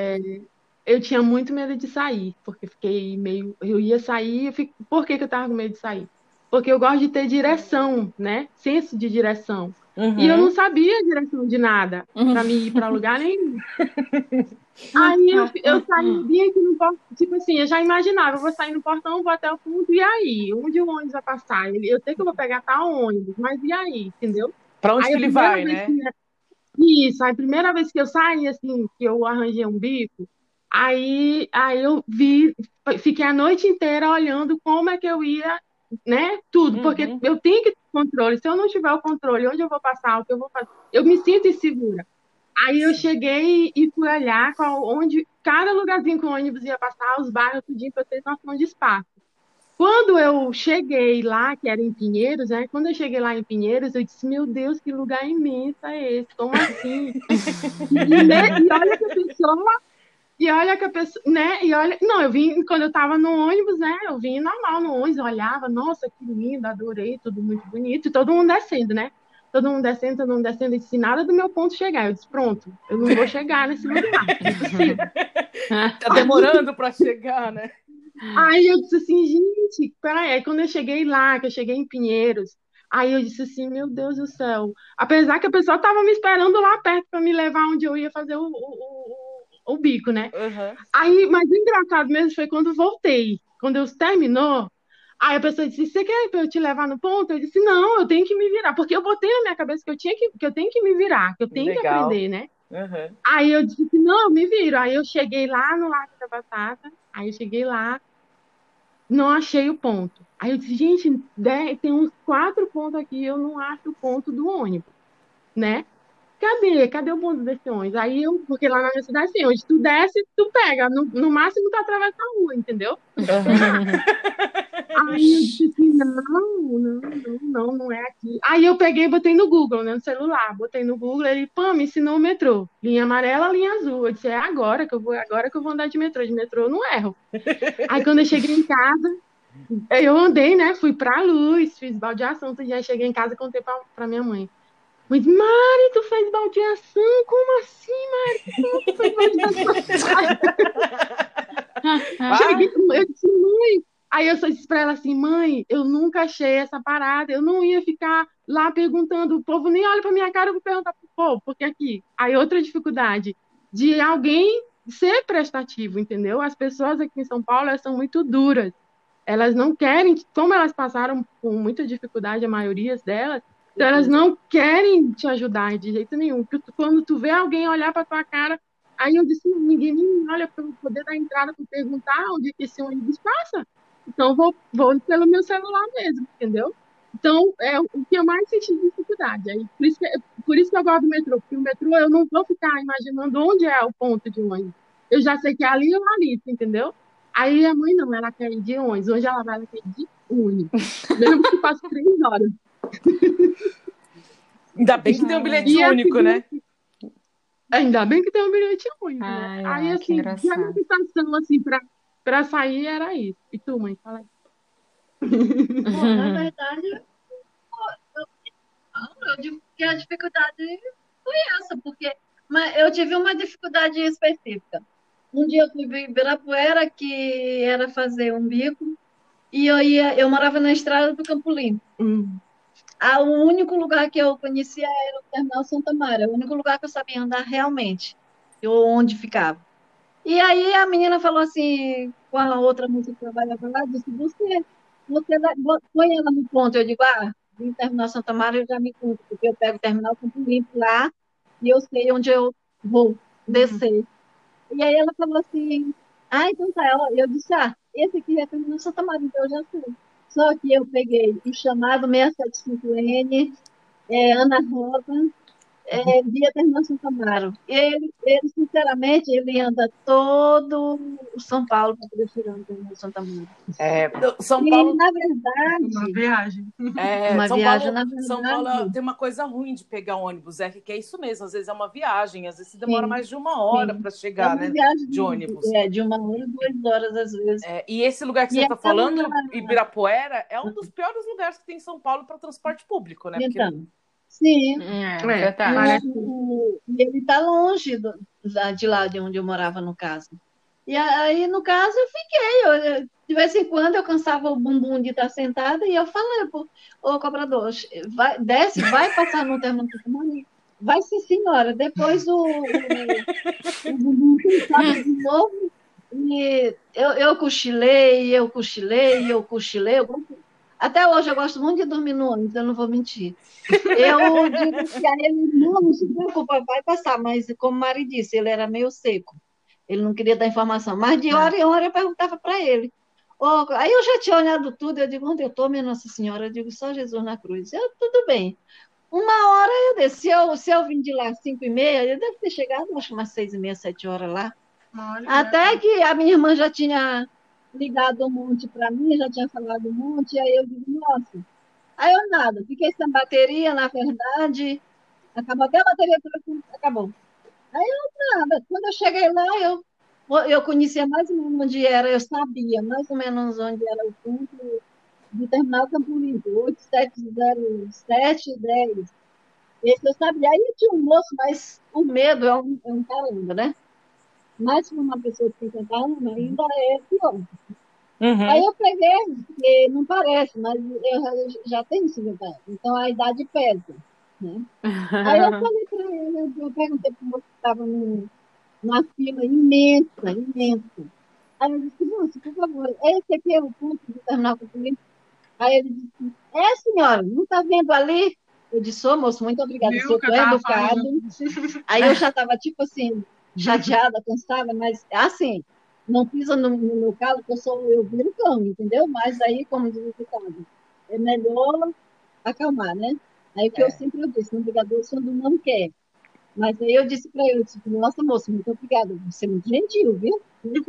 eu tinha muito medo de sair, porque fiquei meio. Eu ia sair, por que que eu tava com medo de sair? Porque eu gosto de ter direção, né? Senso de direção. E eu não Uhum. sabia a direção de nada para me ir para lugar nenhum. Aí eu saí, vim aqui no portão, tipo assim, eu já imaginava, eu vou sair no portão, vou até o fundo, e aí? Onde o ônibus vai passar? Eu sei que eu vou pegar tal ônibus, mas e aí? Entendeu? Para onde Aí que a ele primeira vai, vez né? isso, aí a primeira vez que eu saí, assim, que eu arranjei um bico, aí eu fiquei a noite inteira olhando como é que eu ia, né, tudo, porque Uhum. eu tenho que ter controle. Se eu não tiver o controle, onde eu vou passar, o que eu vou fazer, eu me sinto insegura. Aí eu Sim. cheguei e fui olhar onde cada lugarzinho que o ônibus ia passar, os bairros, tudinho, para eu ter noção de espaço. Quando eu cheguei lá, que era em Pinheiros, né? Quando eu cheguei lá em Pinheiros, eu disse, meu Deus, que lugar imenso é esse? Como assim? E olha que a pessoa, né? E olha, não, eu vim, quando eu tava no ônibus, né? Eu vim normal no ônibus, eu olhava, nossa, que lindo, adorei, tudo muito bonito, e todo mundo descendo, né? Todo mundo descendo, e disse, nada do meu ponto chegar. Eu disse, pronto, eu não vou chegar nesse lugar, não é possível. Tá demorando para chegar, né? Aí eu disse assim, gente, peraí. Aí quando eu cheguei lá, que eu cheguei em Pinheiros, aí eu disse assim, meu Deus do céu. Apesar que a pessoa estava me esperando lá perto para me levar onde eu ia fazer o bico, né? Uhum. Aí, mas o engraçado mesmo foi quando voltei. Quando eu terminou, aí a pessoa disse, você quer que eu te levar no ponto? Eu disse, não, eu tenho que me virar. Porque eu botei na minha cabeça que eu tenho que me virar, que eu tenho que Legal. aprender, né? Uhum. Aí eu disse, não, eu me viro. Aí eu cheguei lá no Largo da Batata, aí eu cheguei lá, não achei o ponto. Aí eu disse, gente, tem uns 4 pontos aqui, eu não acho o ponto do ônibus, né? Cadê o ponto desse ônibus? Aí eu, porque lá na minha cidade, assim, onde tu desce, tu pega, no máximo tu atravessa a rua, entendeu? Aí eu disse assim, não é aqui. Aí eu peguei e botei no Google, né, no celular, botei no Google, ele, pô, me ensinou o metrô, linha amarela, linha azul. Eu disse, é agora que eu vou andar de metrô eu não erro. Aí quando eu cheguei em casa, eu andei, né? Fui pra luz, fiz baldeação, tudo. Aí cheguei em casa e contei pra minha mãe. Mas, Mari, tu fez baldeação? Como assim, Mari? Como tu fez baldeação? Cheguei, eu disse, mãe. Aí eu só disse pra ela assim, mãe, eu nunca achei essa parada. Eu não ia ficar lá perguntando, o povo nem olha pra minha cara, eu vou perguntar pro povo, porque aqui. Aí outra dificuldade de alguém ser prestativo, entendeu? As pessoas aqui em São Paulo, elas são muito duras. Elas não querem, como elas passaram por muita dificuldade, a maioria delas, então elas não querem te ajudar de jeito nenhum. Porque quando tu vê alguém olhar para tua cara, aí eu disse, ninguém me olha para eu poder dar entrada para perguntar onde que esse ônibus passa. Então vou pelo meu celular mesmo, entendeu? Então é o que eu mais senti dificuldade. Aí, por isso que eu gosto do metrô, porque o metrô eu não vou ficar imaginando onde é o ponto de ônibus. Eu já sei que é ali ou ali, entendeu? Aí a mãe não, ela quer ir de ônibus. Hoje ela quer ir de ônibus. Mesmo que passe 3 horas. Ainda bem que tem um bilhete único, né? Ainda bem que tem um bilhete único, né? Ai, Aí, que assim, engraçado. a minha sensação, assim, pra sair era isso. E tu, mãe? Fala aí. Bom, na verdade, eu digo que a dificuldade foi essa, porque mas eu tive uma dificuldade específica. Um dia eu fui para Ibirapuera, que era fazer um bico, e eu morava na estrada do Campo Limpo. O único lugar que eu conhecia era o Terminal Santa Mara, o único lugar que eu sabia andar realmente, onde ficava. E aí a menina falou assim, com a outra moça que trabalhava lá, disse, põe ela no ponto. Eu digo, no Terminal Santa Mara eu já me conto, porque eu pego o Terminal Campo Limpo lá e eu sei onde eu vou descer. E aí ela falou assim, então tá. Eu disse, esse aqui é Terminal Santa Mara, então eu já sei. Só que eu peguei o chamado 675N, Ana Rosa, via Terminal Santa Amaro. Ele, sinceramente, ele anda todo o São Paulo para poder chegar no Terminal Santa Amaro. São Paulo, na verdade, uma viagem. São Paulo tem uma coisa ruim de pegar ônibus, que é isso mesmo. Às vezes é uma viagem, às vezes demora mais de 1 hora para chegar, né? De ônibus. De 1 hora, 2 horas, às vezes. E esse lugar que você está falando, Ibirapuera, é um dos piores lugares que tem em São Paulo para transporte público, né? Porque... Então, sim. Verdade. E ele está longe de lá de onde eu morava, no caso. E aí, no caso, eu fiquei. De vez em quando eu cansava o bumbum de estar sentada e eu falei, ô cobrador, desce, vai passar no terminal. Vai sim, senhora. Depois o bumbum cansado de novo. E eu cochilei. Até hoje eu gosto muito de dormir no ônibus, eu não vou mentir. Eu digo que a ele, não se preocupa, vai passar. Mas, como o Mari disse, ele era meio seco. Ele não queria dar informação. Mas de hora em hora eu perguntava para ele. Aí eu já tinha olhado tudo, eu digo, onde eu estou, minha Nossa Senhora? Eu digo, só Jesus na cruz. Tudo bem. 1 hora eu desci. Se eu vim de lá às 5h30, eu deve ter chegado, acho que umas 6h30, 7 horas lá. Até que a minha irmã já tinha ligado um monte para mim, já tinha falado um monte, e aí eu digo, nossa. Aí eu nada, fiquei sem bateria, na verdade, acabou até a bateria, acabou. Aí eu nada, quando eu cheguei lá, eu conhecia mais ou menos onde era, eu sabia mais ou menos onde era o ponto de terminar o Campo Limpo, 870710. Esse eu sabia. Aí tinha um moço, mas o medo é um caramba, né? Mas para uma pessoa de 50 anos ainda é pior. Aí Uhum. eu peguei, porque não parece, mas eu já tenho 50 anos, então a idade pesa, né? Aí eu falei para ele, eu perguntei para o moço que estava numa fila imensa, imensa. Aí eu disse, moço, por favor, esse aqui é o ponto de terminar com o cliente? Aí ele disse, senhora, não está vendo ali? Eu disse, ô moço, muito obrigada, o Viu senhor que eu é tava educado. falando? Aí eu já estava, tipo assim, chateada, cansada, mas assim, não pisa no meu calo, que eu viro cão, entendeu? Mas aí, como diz o ditado, é melhor acalmar, né? Aí o que eu É. sempre disse, no brigadeiro, quando não quer. Mas aí eu disse para ele, eu disse, nossa, moça, muito obrigada, você é muito gentil, viu?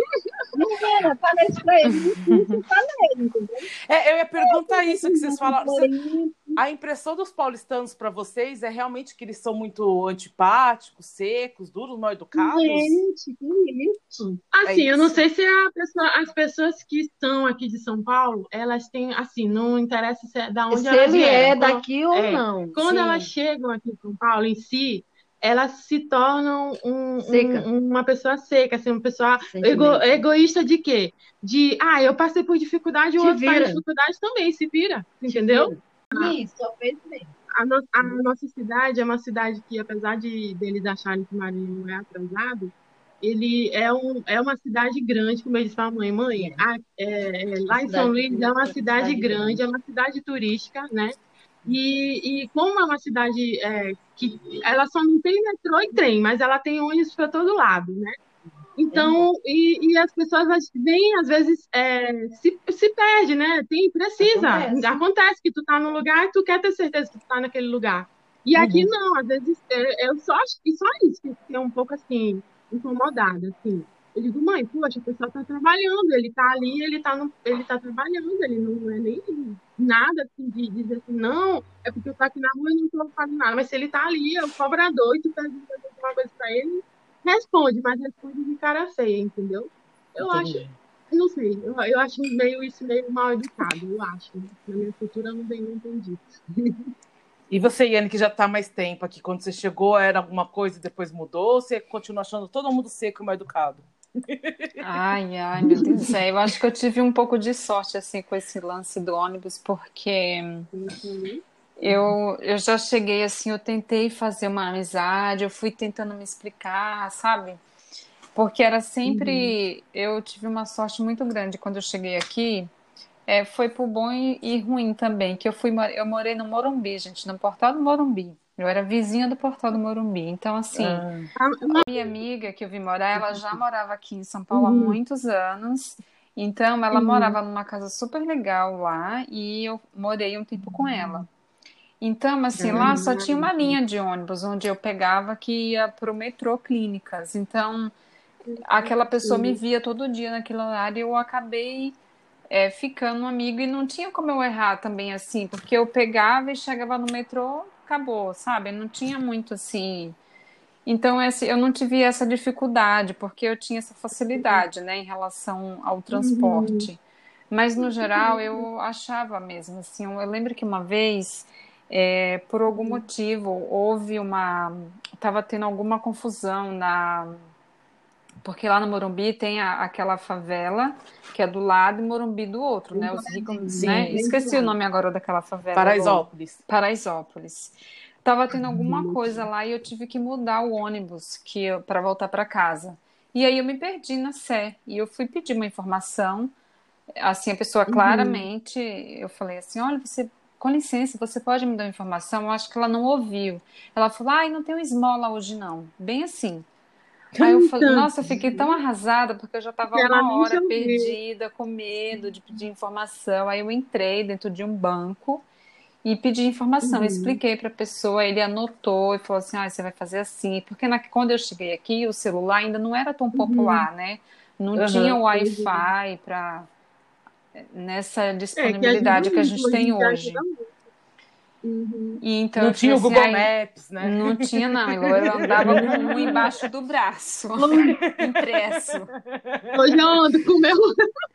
Menina, falei isso para ele, isso falei, entendeu? Eu ia perguntar isso que vocês Não, falaram. foi A impressão dos paulistanos para vocês é realmente que eles são muito antipáticos, secos, duros, mal educados? gente, que isso? É Assim, eu não isso? sei se as pessoas que estão aqui de São Paulo, elas têm, assim, não interessa se é da onde Se elas ele vieram. é daqui ou É, não, quando elas sim, chegam aqui em São Paulo em si, elas se tornam seca, uma pessoa seca, assim, uma pessoa sentimento. egoísta de quê? Eu passei por dificuldade, o Te outro está em vira, dificuldade também, se vira, te entendeu? vira. Sim, só fez bem. A nossa cidade é uma cidade que, apesar de deles acharem que Maranhão é atrasado, ele é uma cidade grande, como eu disse para a mãe, A lá em São cidade Luís é uma turística é uma cidade cidade grande, é grande. uma cidade turística, né? E como é uma cidade que ela só não tem metrô e trem, mas ela tem ônibus para todo lado, né? Tem bom. Então, e as pessoas vêm, às vezes, se perde, né? Precisa. Acontece. Acontece que tu tá num lugar e tu quer ter certeza que tu tá naquele lugar. E aqui Uhum. não, às vezes eu só acho que só isso que é um pouco assim, incomodada, assim. Eu digo, mãe, poxa, o pessoal tá trabalhando, ele tá ali, ele tá trabalhando, ele não é nem nada assim de dizer assim, não, é porque eu tô aqui na rua e não tô fazendo nada. Mas se ele tá ali, é o cobrador, e tu pergunta alguma coisa pra ele, responde, mas responde de cara feia, entendeu? Eu acho, Entendi. não sei, eu acho isso meio mal educado, eu acho. Na minha cultura não tem entendido. E você, Iane, que já está há mais tempo aqui, quando você chegou, era alguma coisa e depois mudou? Ou você continua achando todo mundo seco e mal educado? Ai, ai, meu Deus. Eu acho que eu tive um pouco de sorte, assim, com esse lance do ônibus, porque Uhum. eu já cheguei, assim, eu tentei fazer uma amizade, eu fui tentando me explicar, sabe? Porque era Uhum. sempre. Eu tive uma sorte muito grande quando eu cheguei aqui. Foi pro bom e ruim também, que eu morei no Morumbi, gente, no Portal do Morumbi. Eu era vizinha do Portal do Morumbi. Então, assim, Ah, Ah, minha amiga que eu vim morar, ela já morava aqui em São Paulo há uhum. muitos anos. Então, ela Sim. morava numa casa super legal lá e eu morei um tempo com ela. Então, assim, lá só tinha uma linha de ônibus onde eu pegava que ia pro metrô Clínicas. Então, aquela pessoa me Sim. via todo dia naquele horário e eu acabei ficando amigo e não tinha como eu errar também assim, porque eu pegava e chegava no metrô, acabou, sabe? Não tinha muito assim. Então, eu não tive essa dificuldade, porque eu tinha essa facilidade, né, em relação ao Uhum. transporte. Mas, no geral, eu achava mesmo, assim, eu lembro que uma vez, por algum motivo, estava tendo alguma confusão porque lá no Morumbi tem aquela favela que é do lado e Morumbi do outro, Bem né? Os ricos, coladinho, né? sim. bem do Esqueci o lado. nome agora daquela favela, Elô. Paraisópolis. Paraisópolis. Tava tendo alguma coisa lá e eu tive que mudar o ônibus para voltar para casa. E aí eu me perdi na Sé e eu fui pedir uma informação. Assim, a pessoa Uhum. claramente, eu falei assim, olha, você, com licença, você pode me dar uma informação? Eu acho que ela não ouviu. Ela falou, ai, não tem esmola hoje não. Bem assim. Aí eu falei, Então, nossa, eu fiquei tão arrasada porque eu já estava ela uma nem te hora ouviu. perdida, com medo de pedir informação. Aí eu entrei dentro de um banco e pedi informação. Eu Uhum. expliquei para a pessoa, ele anotou e falou assim: ah, você vai fazer assim. Porque quando eu cheguei aqui, o celular ainda não era tão Uhum. popular, né? não tinha Aham. Wi-Fi para nessa Que ajuda disponibilidade que a muito, gente hoje tem em dia ajuda hoje. muito. Uhum. E então Não eu falei tinha o assim, Google ai, Maps, né? não tinha não, eu andava com um embaixo do braço, impresso. Hoje eu ando com o meu.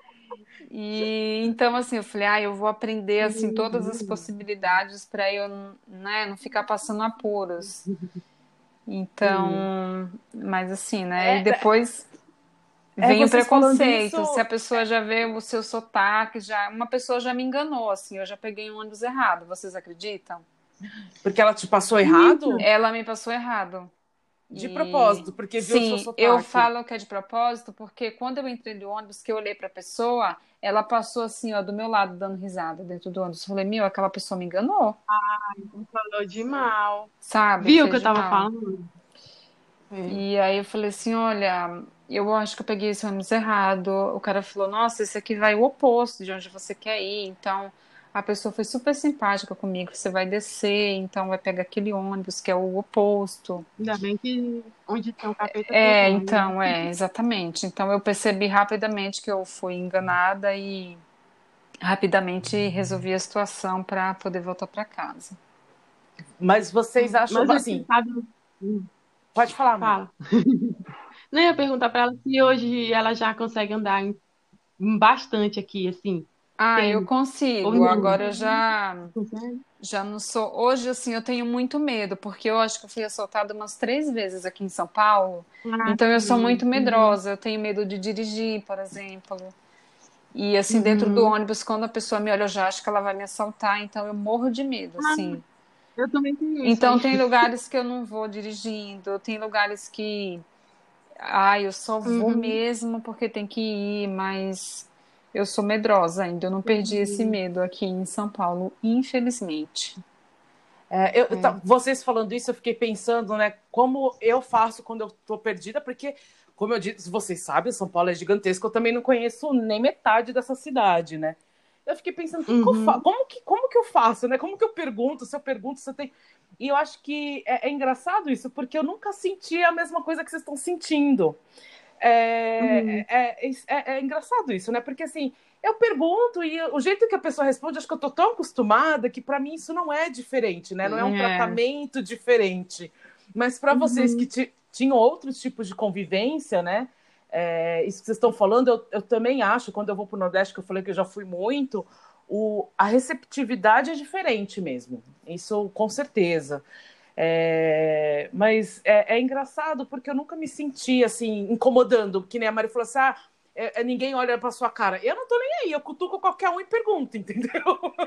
E então assim, eu falei, eu vou aprender assim todas as Uhum. possibilidades para eu, né, não ficar passando apuros. Sim. Então, mas assim, né? E É, depois vem o vocês falando preconceito. Se a isso, pessoa já vê o seu sotaque, já uma pessoa já me enganou, assim, eu já peguei um ônibus errado. Vocês acreditam? porque ela te passou Eita. errado? Ela me passou errado. De E propósito, porque viu o seu sim, eu sotaque. falo que é de propósito, porque quando eu entrei no ônibus, que eu olhei pra pessoa, ela passou assim, ó, do meu lado, dando risada dentro do ônibus. Eu falei, meu, aquela pessoa me enganou, Então falou de mal. sabe? Viu o que Fez eu de tava mal. falando? É. E aí eu falei assim, olha, eu acho que eu peguei esse ônibus errado. O cara falou, nossa, esse aqui vai o oposto de onde você quer ir. Então, a pessoa foi super simpática comigo. Você vai descer, então vai pegar aquele ônibus que é o oposto. Ainda bem que onde tem o capeta tem o anjo, né? Então, exatamente. Então eu percebi rapidamente que eu fui enganada e rapidamente resolvi a situação para poder voltar para casa. Mas vocês acham, Mas você assim, sabe. Hum, pode falar, Mari. Fala. Nem ia perguntar pra ela se hoje ela já consegue andar bastante aqui, assim. Eu Tem. Ou consigo. não? Agora eu Consegue? já não sou. Hoje, assim, eu tenho muito medo, porque eu acho que eu fui assaltada umas 3 vezes aqui em São Paulo. Ah, Então eu sou sim. muito Uhum. medrosa. Eu tenho medo de dirigir, por exemplo. E assim, dentro do Uhum. ônibus, quando a pessoa me olha, eu já acho que ela vai me assaltar. Então eu morro de medo, Ah, assim. eu também tenho isso aí. Então tem lugares que eu não vou dirigindo, tem lugares que, eu só vou Uhum. mesmo porque tem que ir, mas eu sou medrosa ainda, eu não perdi esse Entendi. medo aqui em São Paulo, infelizmente. É. Vocês falando isso, eu fiquei pensando, né, como eu faço quando eu tô perdida, porque, como eu disse, vocês sabem, São Paulo é gigantesco, eu também não conheço nem metade dessa cidade, né? Eu fiquei pensando, que eu faço? Uhum. Como que eu faço, né? Como que eu pergunto? Se eu pergunto, se eu tenho. E eu acho que é engraçado isso, porque eu nunca senti a mesma coisa que vocês estão sentindo. Uhum. É engraçado isso, né? Porque assim, eu pergunto e o jeito que a pessoa responde, acho que eu tô tão acostumada que para mim isso não é diferente, né? Não é um É, tratamento diferente. Mas para vocês que Uhum. tinham outros tipos de convivência, né? Isso que vocês estão falando, eu também acho, quando eu vou para o Nordeste, que eu falei que eu já fui muito, a receptividade é diferente mesmo. Isso com certeza. Mas é engraçado porque eu nunca me senti assim, incomodando, que nem a Mari falou assim: ninguém olha pra sua cara. Eu não tô nem aí, eu cutuco qualquer um e pergunto, entendeu?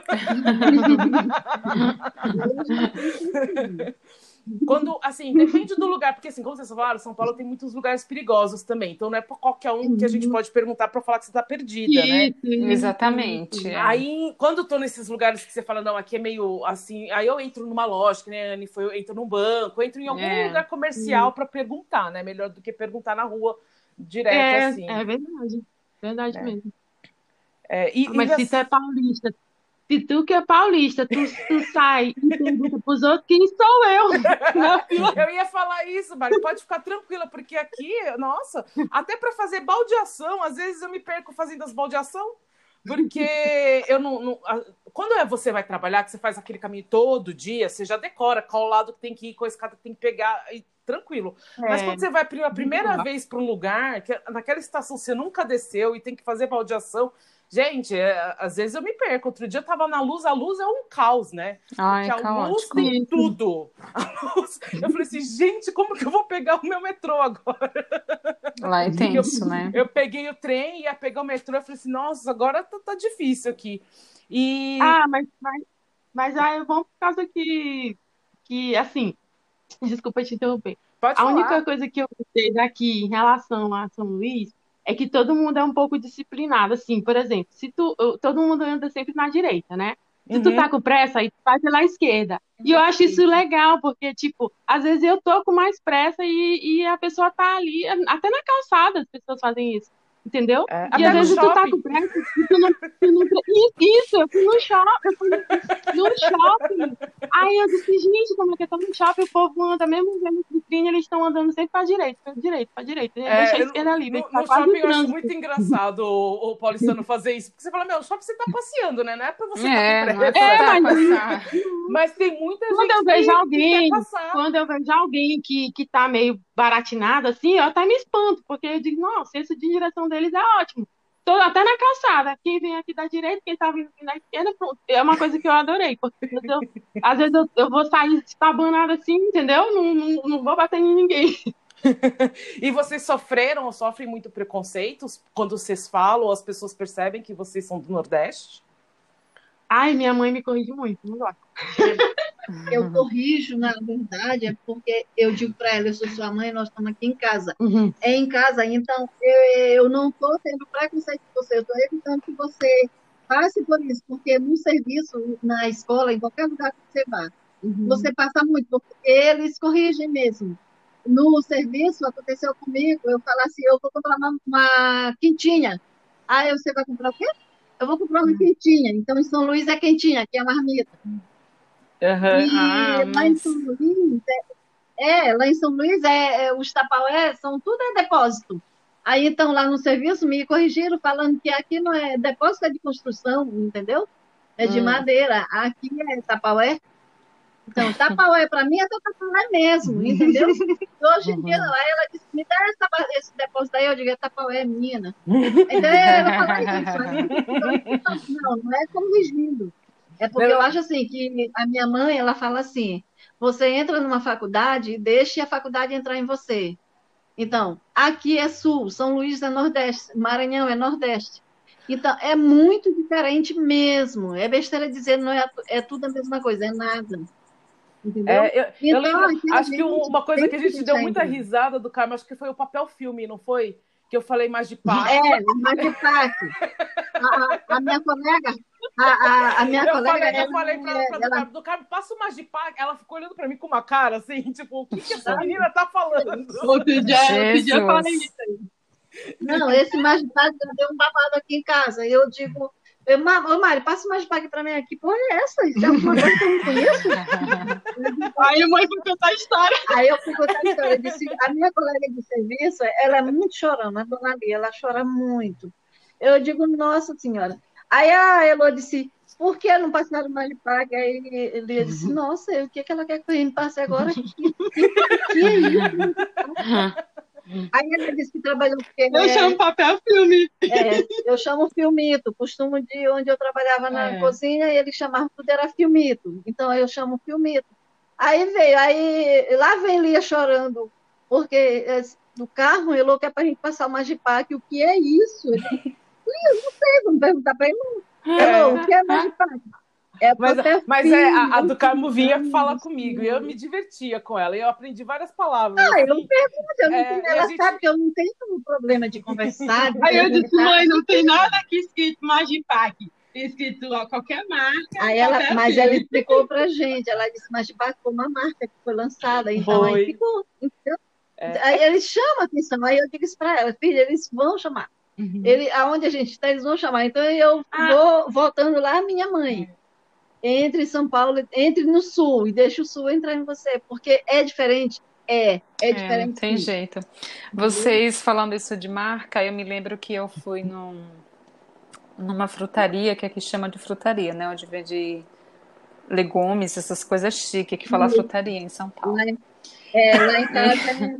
Quando, assim, depende do lugar, porque assim, como vocês falaram, São Paulo tem muitos lugares perigosos também, então não é pra qualquer um que a gente Uhum. pode perguntar pra falar que você tá perdida, né? exatamente. Isso. Aí, quando eu tô nesses lugares que você fala, não, aqui é meio assim, aí eu entro numa loja, que nem a Anne foi, eu entro num banco, eu entro em algum É, lugar comercial Sim. para perguntar, né? Melhor do que perguntar na rua direto É assim, verdade. Verdade né? mesmo. É, Ah, e mas se tu é paulista, se tu que é paulista, tu sai e pergunta pros outros quem sou eu na fila. eu ia falar isso, Mari, pode ficar tranquila, porque aqui, nossa, até para fazer baldeação, às vezes eu me perco fazendo as baldeação, porque eu quando você vai trabalhar, que você faz aquele caminho todo dia, você já decora qual lado que tem que ir, qual escada que tem que pegar, e tranquilo. Mas É, quando você vai a de primeira boa. vez para um lugar, que naquela estação você nunca desceu e tem que fazer baldeação, gente, às vezes eu me perco. Outro dia eu tava na luz, a luz é um caos, né? Porque ai, a luz caótico. tem Isso. tudo. Eu falei assim, gente, como que eu vou pegar o meu metrô agora? Lá é Porque tenso, né? eu peguei o trem, ia pegar o metrô, eu falei assim, nossa, agora tá difícil aqui. E Ah, mas aí é bom por causa que, assim, desculpa te interromper. pode A única falar. coisa que eu gostei daqui em relação a São Luís é que todo mundo é um pouco disciplinado. Assim, por exemplo, se todo mundo anda sempre na direita, né? Se tu tá Uhum. com pressa, aí tu vai pela esquerda. E eu acho isso legal, porque, tipo, às vezes eu tô com mais pressa e a pessoa tá ali, até na calçada as pessoas fazem isso. entendeu? É, E até às no vezes tu tá shopping. com pressa e Isso, eu fui no shopping, Aí eu disse, gente, como é que eu tô no shopping, o povo anda, mesmo vendo vitrine, eles estão andando sempre pra direita, pra direita. Deixa a esquerda livre, tá No quase shopping em eu acho trânsito. muito engraçado o paulistano fazer isso. Porque você fala, meu, no shopping você tá passeando, né? Não é pra você estar com Não é pressa. pra Mas passar. Mas tem muita quando eu gente vejo que quer alguém, passar. que tá meio baratinado assim, eu até me espanto, porque eu digo, nossa, esse de direção deles é ótimo. Tô até na calçada, quem vem aqui da direita, quem tá vindo aqui da esquerda, pronto. É uma coisa que eu adorei, porque às vezes eu vou sair estabanada assim, entendeu? Não vou bater em ninguém. E vocês sofreram ou sofrem muito preconceitos quando vocês falam ou as pessoas percebem que vocês são do Nordeste? Ai, minha mãe me corrige muito, não gosto. Eu corrijo, na verdade, é porque eu digo para ela, eu sou sua mãe, nós estamos aqui em casa. É em casa, então eu não estou tendo preconceito com você, eu estou evitando que você passe por isso, porque no serviço, na escola, em qualquer lugar que você vá, você passa muito, porque eles corrigem mesmo. No serviço, aconteceu comigo, eu falo assim, eu vou comprar uma quentinha. Aí você vai comprar o quê? Eu vou comprar uma quentinha. Então, em São Luís é quentinha, que é marmita. E lá em São Nossa. Luís, lá em São Luís, os tapaués são tudo é depósito. Aí, então, lá no serviço, me corrigiram falando que aqui não é depósito, é de construção, entendeu? É de madeira. Aqui é tapaué. Então, tapaué para mim é tapaué mesmo, entendeu? Hoje em dia, não. Aí ela disse, me dá esse depósito aí, eu digo, é tapaué, menina. Então, ela fala isso. Não é corrigindo. É porque eu acho assim, que a minha mãe, ela fala assim, você entra numa faculdade e deixe a faculdade entrar em você. Então, aqui é Sul, São Luís é Nordeste, Maranhão é Nordeste. Então, é muito diferente mesmo. É besteira dizer, não é, é tudo a mesma coisa, é nada. Entendeu? Eu Então, lembro, aqui a acho que gente uma coisa tem que a que gente deu deixar muita entrar. risada do Carmo, acho que foi o papel filme, não foi? Que eu falei mais de PAC. Mas de parte, a minha colega, a minha colega, Eu falei pra do Carmo, passa o Magipac. Ela ficou olhando pra mim com uma cara assim, tipo, o que essa menina tá falando? Outro dia eu falei Jesus. isso aí. não, esse Magipag já deu um babado aqui em casa. Eu digo, ô Mari, passa o Magipag para mim aqui. Porra, é essa? Isso é uma coisa que eu não conheço? Aí a mãe foi contar a história. Aí eu fui contar a história. Eu disse, a minha colega de serviço, ela é muito chorona, a dona Lia, ela chora muito. Eu digo, nossa senhora. Aí a Elô disse, por que não passaram o Magipag? Aí ele disse, nossa, o que ela quer que a gente passe agora? Que é isso? Aí ela disse que trabalhou porque Eu chamo papel filme. eu chamo filmito, costumo de onde eu trabalhava na cozinha, e eles chamavam tudo era filmito, então eu chamo filmito. Aí veio, aí lá vem Lia chorando, porque do carro, ele quer para a gente passar o Magipac, o que é isso? Eu digo, Lia, não sei, vamos perguntar para ele, o que é Magipac? É papel Mas filme. a do Carmo vinha falar comigo e eu me divertia com ela. E eu aprendi várias palavras. Eu Assim, pergunto, eu não tenho, ela gente... sabe que eu não tenho problema de conversar. Aí eu disse, mãe, não tem nada aqui escrito Magipac. Escrito qualquer marca. Aí mas ela explicou pra gente, ela disse, Magipac foi uma marca que foi lançada, então aí ficou, entendeu? Aí eles chamam a atenção, aí eu digo isso pra ela, filha, eles vão chamar. Aonde a gente está, eles vão chamar. Então eu vou voltando lá a minha mãe. Entre São Paulo, entre no Sul e deixa o Sul entrar em você, porque é diferente. É diferente. Não tem jeito. Vocês falando isso de marca, eu me lembro que eu fui numa frutaria, que aqui chama de frutaria, né? Onde vende legumes, essas coisas chiques, que fala frutaria em São Paulo. Lá em casa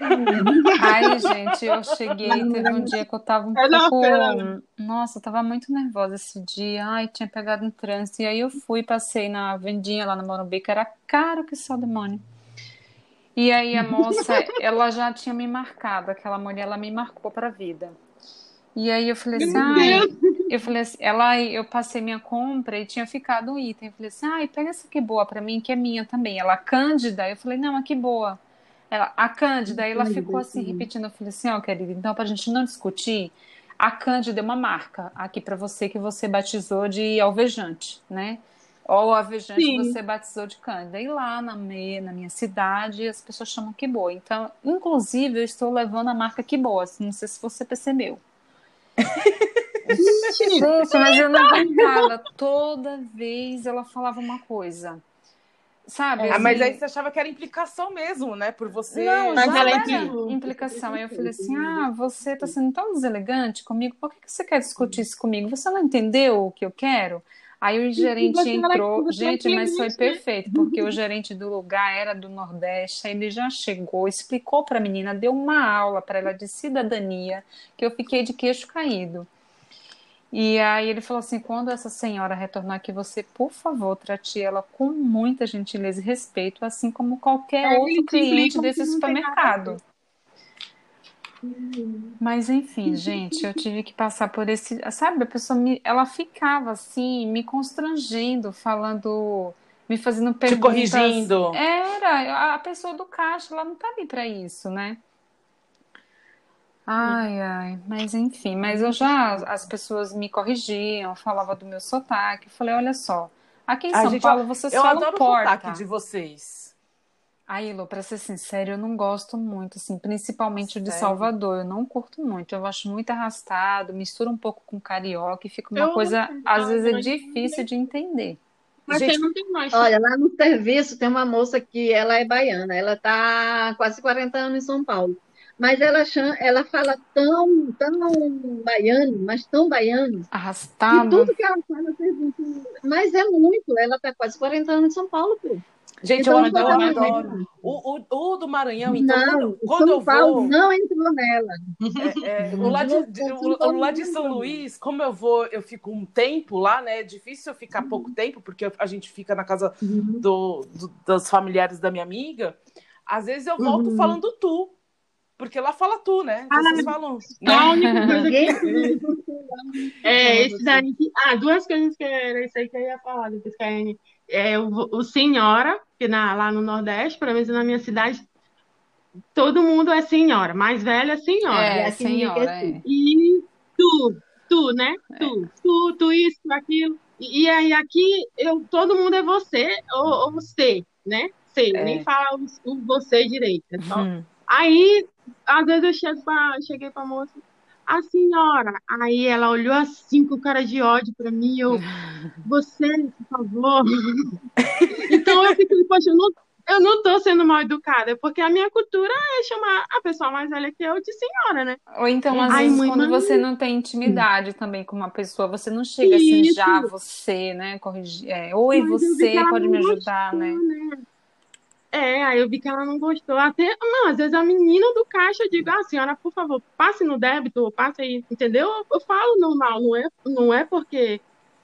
Aí, gente, eu cheguei, teve um dia que eu tava um pouco... Nossa, eu tava muito nervosa esse dia. Ai, tinha pegado um trânsito. E aí eu fui, passei na vendinha lá no Morumbi, que era caro que só demônio. E aí a moça, ela já tinha me marcado, aquela mulher, ela me marcou pra vida. E aí eu falei assim, eu passei minha compra e tinha ficado um item. Eu falei assim, pega essa aqui boa pra mim, que é minha também. Ela, Cândida. Eu falei, não, aqui boa. Ela, a Cândida. Aí ela ficou assim, repetindo. Eu falei assim, querida, então pra gente não discutir, a Cândida é uma marca aqui pra você que você batizou de alvejante, né? Ou alvejante você batizou de Cândida. E lá na minha cidade as pessoas chamam que boa. Então, inclusive, eu estou levando a marca que boa. Não sei se você percebeu. Gente, mas eu não aguentava. Toda vez ela falava uma coisa. Sabe, Mas aí assim, você achava que era implicação mesmo, né? Por você não, Mas já ela era implicou. implicação. Aí eu falei assim: você tá sendo tão deselegante comigo, por que você quer discutir isso comigo? Você não entendeu o que eu quero? Aí o gerente entrou, Você é gente, mas foi cliente, né? perfeito, porque o gerente do lugar era do Nordeste, aí ele já chegou, explicou pra menina, deu uma aula para ela de cidadania, que eu fiquei de queixo caído. E aí ele falou assim: quando essa senhora retornar aqui, você, por favor, trate ela com muita gentileza e respeito, assim como qualquer outro Eles te cliente implicam desse que não tem nada a supermercado. ver. Uhum. Mas enfim, gente, eu tive que passar por esse. Sabe, a pessoa ela ficava assim, me constrangendo, falando, me fazendo te perguntas. corrigindo. Era a pessoa do caixa, ela não tá ali pra isso, né? Ai, ai, mas enfim, mas eu já, as pessoas me corrigiam, falava do meu sotaque, eu falei, olha só, aqui em A São gente, Paulo você eu só não adoro o sotaque porta. de vocês. Aí, Lô, pra ser sincero, eu não gosto muito, assim, principalmente o de Sério. Salvador, eu não curto muito, eu acho muito arrastado, mistura um pouco com carioca e fica uma Eu coisa, às vezes é adoro difícil inglês, de entender. mas você Gente, não tem mais. Olha, lá no serviço tem uma moça que ela é baiana, ela está quase 40 anos em São Paulo. Mas ela fala tão baiano, mas tão baiano, que Arrastado. tudo que ela fala, eu pergunto, mas é muito, ela está quase 40 anos em São Paulo, pô. gente, Então não Mas vai ela dar eu não problema. adoro. aguenta. O do Maranhão, então, Não, quando eu São Paulo vou. não entrou nela. O lá de, São o Paulo lá de não São entrou nela. Luís, como eu vou, eu fico um tempo lá, né? É difícil eu ficar pouco tempo, porque a gente fica na casa Uhum, dos familiares da minha amiga. Às vezes eu volto uhum. falando tu, porque lá fala tu, né? Ah, Vocês falam, só a né? única coisa que. Ninguém fala você lá, ninguém É, fala esse você. daí. Duas coisas que era isso aí que eu ia falar depois que a Anne. O senhora, que lá no Nordeste, pelo menos na minha cidade, todo mundo é senhora. Mais velha é senhora. E É, aqui ninguém quer senhora, ser. é. E tu, né? Tu, isso, aquilo. E aí aqui todo mundo é você ou você, né? Você, nem É. fala o você direito, é só. Hum. Aí, às vezes cheguei pra moça, a senhora, aí ela olhou assim com cara de ódio pra mim, você, por favor. Então eu fiquei, poxa, eu não tô sendo mal educada, porque a minha cultura é chamar a pessoa mais velha que eu de senhora, né? Ou então, às Aí, vezes, mãe, quando mas você não tem intimidade também com uma pessoa, você não chega assim, já isso. você, né? Corrigir. Oi, Mas eu vi que você ela pode me não ajudar, né? gostou, né? Aí eu vi que ela não gostou. Até, não, às vezes a menina do caixa, eu digo, senhora, por favor, passe no débito, ou passe aí, entendeu? Eu falo normal, não é porque.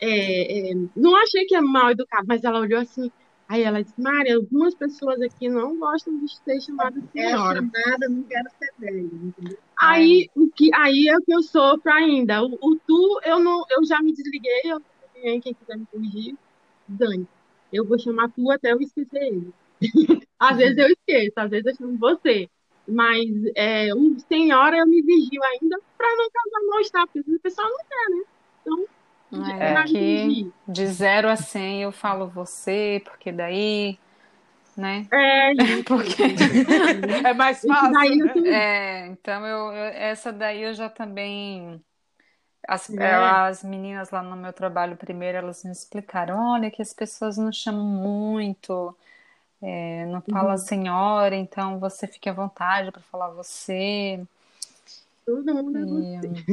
Não achei que é mal educado, mas ela olhou assim. Aí ela disse, Maria, algumas pessoas aqui não gostam de ser chamada É a senhora. chamada, não quero ser velha, entendeu? Ai, Aí é o que eu sofro ainda. O tu, eu não, eu já me desliguei, eu não sei quem quiser me corrigir, Dani. Eu vou chamar tu até eu esquecer ele. Às vezes eu esqueço, às vezes eu chamo você. Mas o senhora eu me vigio ainda para não causar mal-estar, porque o pessoal não quer, né? Então, eu já me aqui vigio. de 0 a 100 eu falo você, porque daí, né? É isso. Porque É mais Esse fácil, daí eu né? tô. então essa daí eu já também É. as meninas lá no meu trabalho primeiro elas me explicaram, olha que as pessoas não chamam muito, não fala Uhum. senhora, então você fique à vontade para falar você. Todo mundo é E você.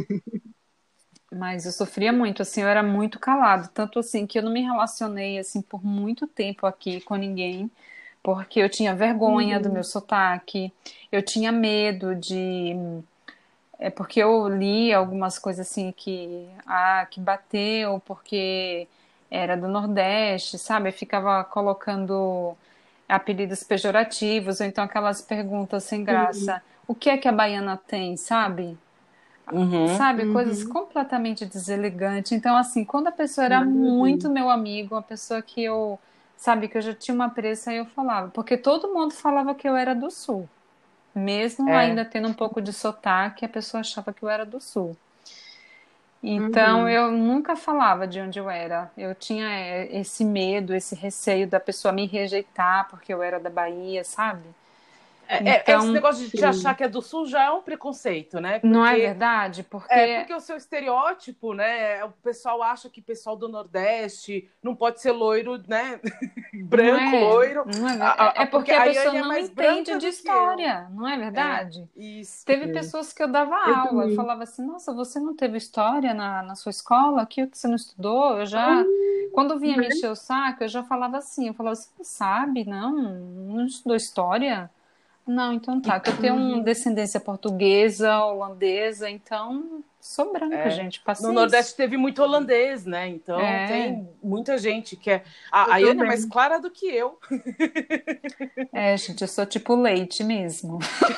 Mas eu sofria muito, assim, eu era muito calado, tanto assim que eu não me relacionei assim por muito tempo aqui com ninguém, porque eu tinha vergonha do meu Uhum. sotaque, eu tinha medo de, porque eu li algumas coisas assim que bateu porque era do Nordeste, sabe? Eu ficava colocando apelidos pejorativos ou então aquelas perguntas sem Sim. graça. O que é que a baiana tem, sabe? Uhum. Sabe, coisas Uhum. completamente deselegantes. Então, assim, quando a pessoa era Nada a ver. muito meu amigo, uma pessoa que eu, sabe, que eu já tinha uma apreço, aí eu falava, porque todo mundo falava que eu era do Sul. Mesmo É. ainda tendo um pouco de sotaque, a pessoa achava que eu era do Sul. Então, Uhum. eu nunca falava de onde eu era. Eu tinha esse medo, esse receio da pessoa me rejeitar porque eu era da Bahia, sabe? Esse Então, negócio de achar que é do Sul já é um preconceito, né? não é verdade? Porque o seu estereótipo, né? O pessoal acha que o pessoal do Nordeste não pode ser loiro, né? Branco, loiro. Não é porque a pessoa não entende de história, não é verdade? Isso. Teve pessoas que eu dava aula, eu falava assim, nossa, você não teve história na sua escola? Aqui que você não estudou? Quando vinha me encher o saco, eu já falava assim, você não sabe? Não estudou história? Não, então tá, que eu tenho uma descendência portuguesa, holandesa, então sou branca, gente, paciência. No Nordeste teve muito holandês, né? Então tem muita gente que é... A Iane é mais clara do que eu. Gente, eu sou tipo leite mesmo.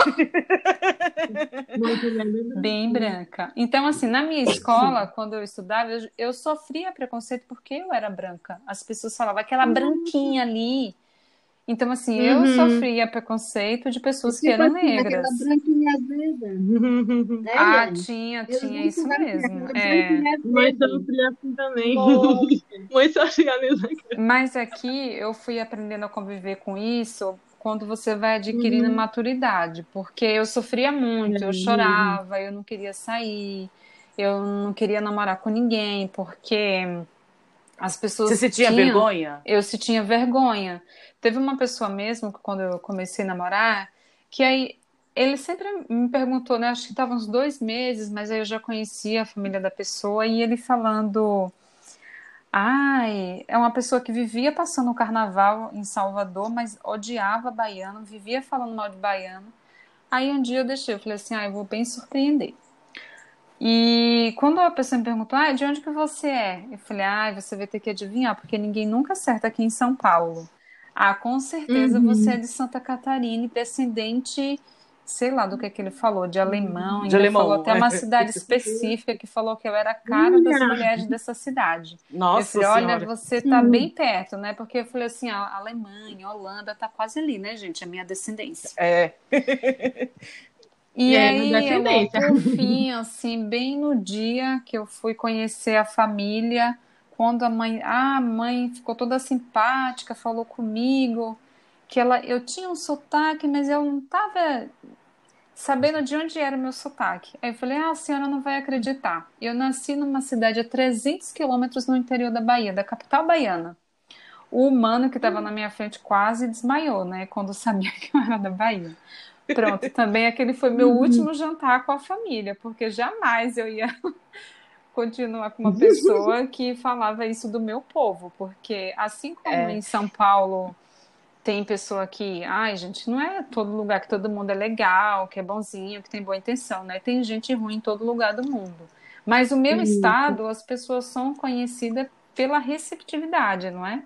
Bem branca. Então, assim, na minha escola, quando eu estudava, eu sofria preconceito porque eu era branca. As pessoas falavam, aquela branquinha ali... Então, assim, eu sofria preconceito de pessoas que eram negras. Aquela branquinha azeda. Tinha isso mesmo. Mas sofria assim também. Mas sofria mesmo. Mas aqui eu fui aprendendo a conviver com isso quando você vai adquirindo maturidade. Porque eu sofria muito, eu chorava, eu não queria sair, eu não queria namorar com ninguém, porque... As pessoas Você tinha vergonha? Eu tinha vergonha. Teve uma pessoa mesmo, que quando eu comecei a namorar, que aí ele sempre me perguntou, né? Acho que estava uns 2 meses, mas aí eu já conhecia a família da pessoa, e ele falando... é uma pessoa que vivia passando o carnaval em Salvador, mas odiava baiano, vivia falando mal de baiano. Aí um dia eu falei assim, eu vou bem surpreender. E quando a pessoa me perguntou, de onde que você é? Eu falei, você vai ter que adivinhar, porque ninguém nunca acerta aqui em São Paulo. Com certeza você é de Santa Catarina, descendente, sei lá do que ele falou, de alemão. De alemão, falou até uma cidade específica que falou que eu era a cara das mulheres dessa cidade. Nossa eu falei, Senhora. olha, você tá bem perto, né? Porque eu falei assim, a Alemanha, a Holanda, tá quase ali, né, gente? A minha descendência. E aí, por fim, assim, bem no dia que eu fui conhecer a família, quando a mãe ficou toda simpática, falou comigo, que eu tinha um sotaque, mas eu não estava sabendo de onde era o meu sotaque. Aí eu falei, a senhora não vai acreditar. Eu nasci numa cidade a 300 quilômetros no interior da Bahia, da capital baiana. O humano que estava na minha frente quase desmaiou, né, quando sabia que eu era da Bahia. Pronto, também aquele foi meu último jantar com a família, porque jamais eu ia continuar com uma pessoa que falava isso do meu povo, porque assim como em São Paulo tem pessoa que, gente, não é todo lugar que todo mundo é legal, que é bonzinho, que tem boa intenção, né? Tem gente ruim em todo lugar do mundo. Mas o meu estado, as pessoas são conhecidas pela receptividade, não é?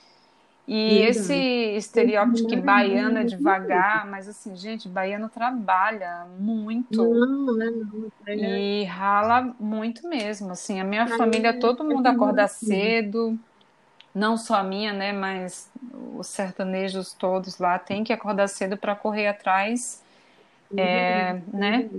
E esse estereótipo de que baiano é devagar, mas assim, gente, baiano trabalha muito e rala muito mesmo, assim, a minha família, todo mundo acorda cedo, não só a minha, né, mas os sertanejos todos lá têm que acordar cedo para correr atrás, né?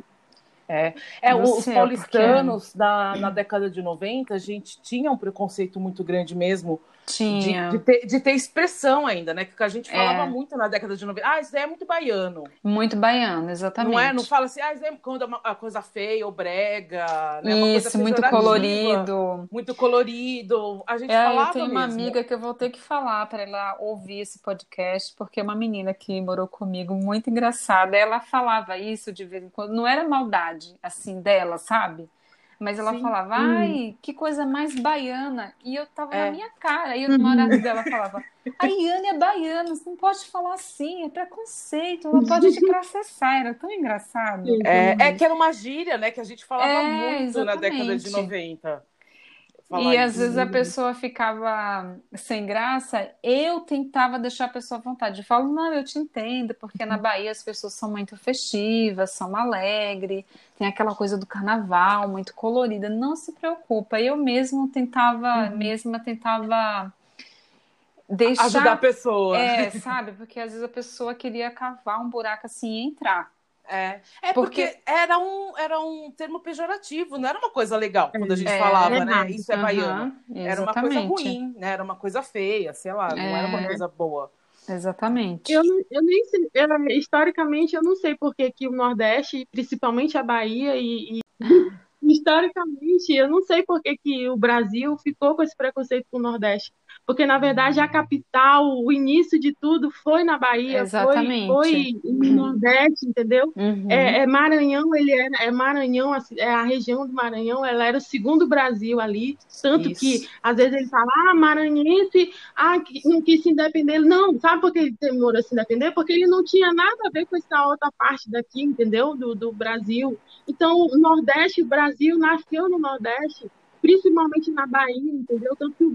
Os paulistanos na década de 90, a gente tinha um preconceito muito grande mesmo. De ter expressão ainda, né? Que a gente falava muito na década de 90. Isso daí é muito baiano. Muito baiano, exatamente. Não é? Não fala assim, isso daí é uma coisa feia ou brega, né? Isso, uma coisa muito colorido. Muito colorido. A gente falava eu tenho uma mesmo. amiga que eu vou ter que falar para ela ouvir esse podcast, porque é uma menina que morou comigo, muito engraçada. Ela falava isso de vez em quando. Não era maldade, assim, dela, sabe? Mas ela falava, que coisa mais baiana. E eu tava na minha cara. E o namorado dela falava, a Iane é baiana, você não pode falar assim, é preconceito, ela pode te processar. Era tão engraçado. Que era uma gíria, né? Que a gente falava muito na década de 90. E às vezes a pessoa ficava sem graça, eu tentava deixar a pessoa à vontade. Eu falo, não, eu te entendo, porque na Bahia as pessoas são muito festivas, são alegres, tem aquela coisa do carnaval, muito colorida. Não se preocupa, eu mesma tentava deixar... Ajudar a pessoa. Sabe? Porque às vezes a pessoa queria cavar um buraco assim e entrar. Porque era um termo pejorativo, não era uma coisa legal quando a gente falava, né? Isso é baiano. Era uma coisa ruim, né? Era uma coisa feia, sei lá, não era uma coisa boa. Exatamente. Eu nem sei, historicamente, eu não sei por que que o Nordeste, principalmente a Bahia historicamente, eu não sei por que que o Brasil ficou com esse preconceito com o Nordeste, porque na verdade a capital, o início de tudo foi na Bahia, Exatamente. foi no Nordeste, entendeu? Uhum. Maranhão, é Maranhão, a região do Maranhão, ela era o segundo Brasil ali, tanto que Isso. às vezes ele fala, maranhense, não quis se independer. Não, sabe por que ele demorou a se independer? Porque ele não tinha nada a ver com essa outra parte daqui, entendeu? Do Brasil. Então, o Nordeste, o Brasil nasceu no Nordeste, principalmente na Bahia, entendeu? Tanto que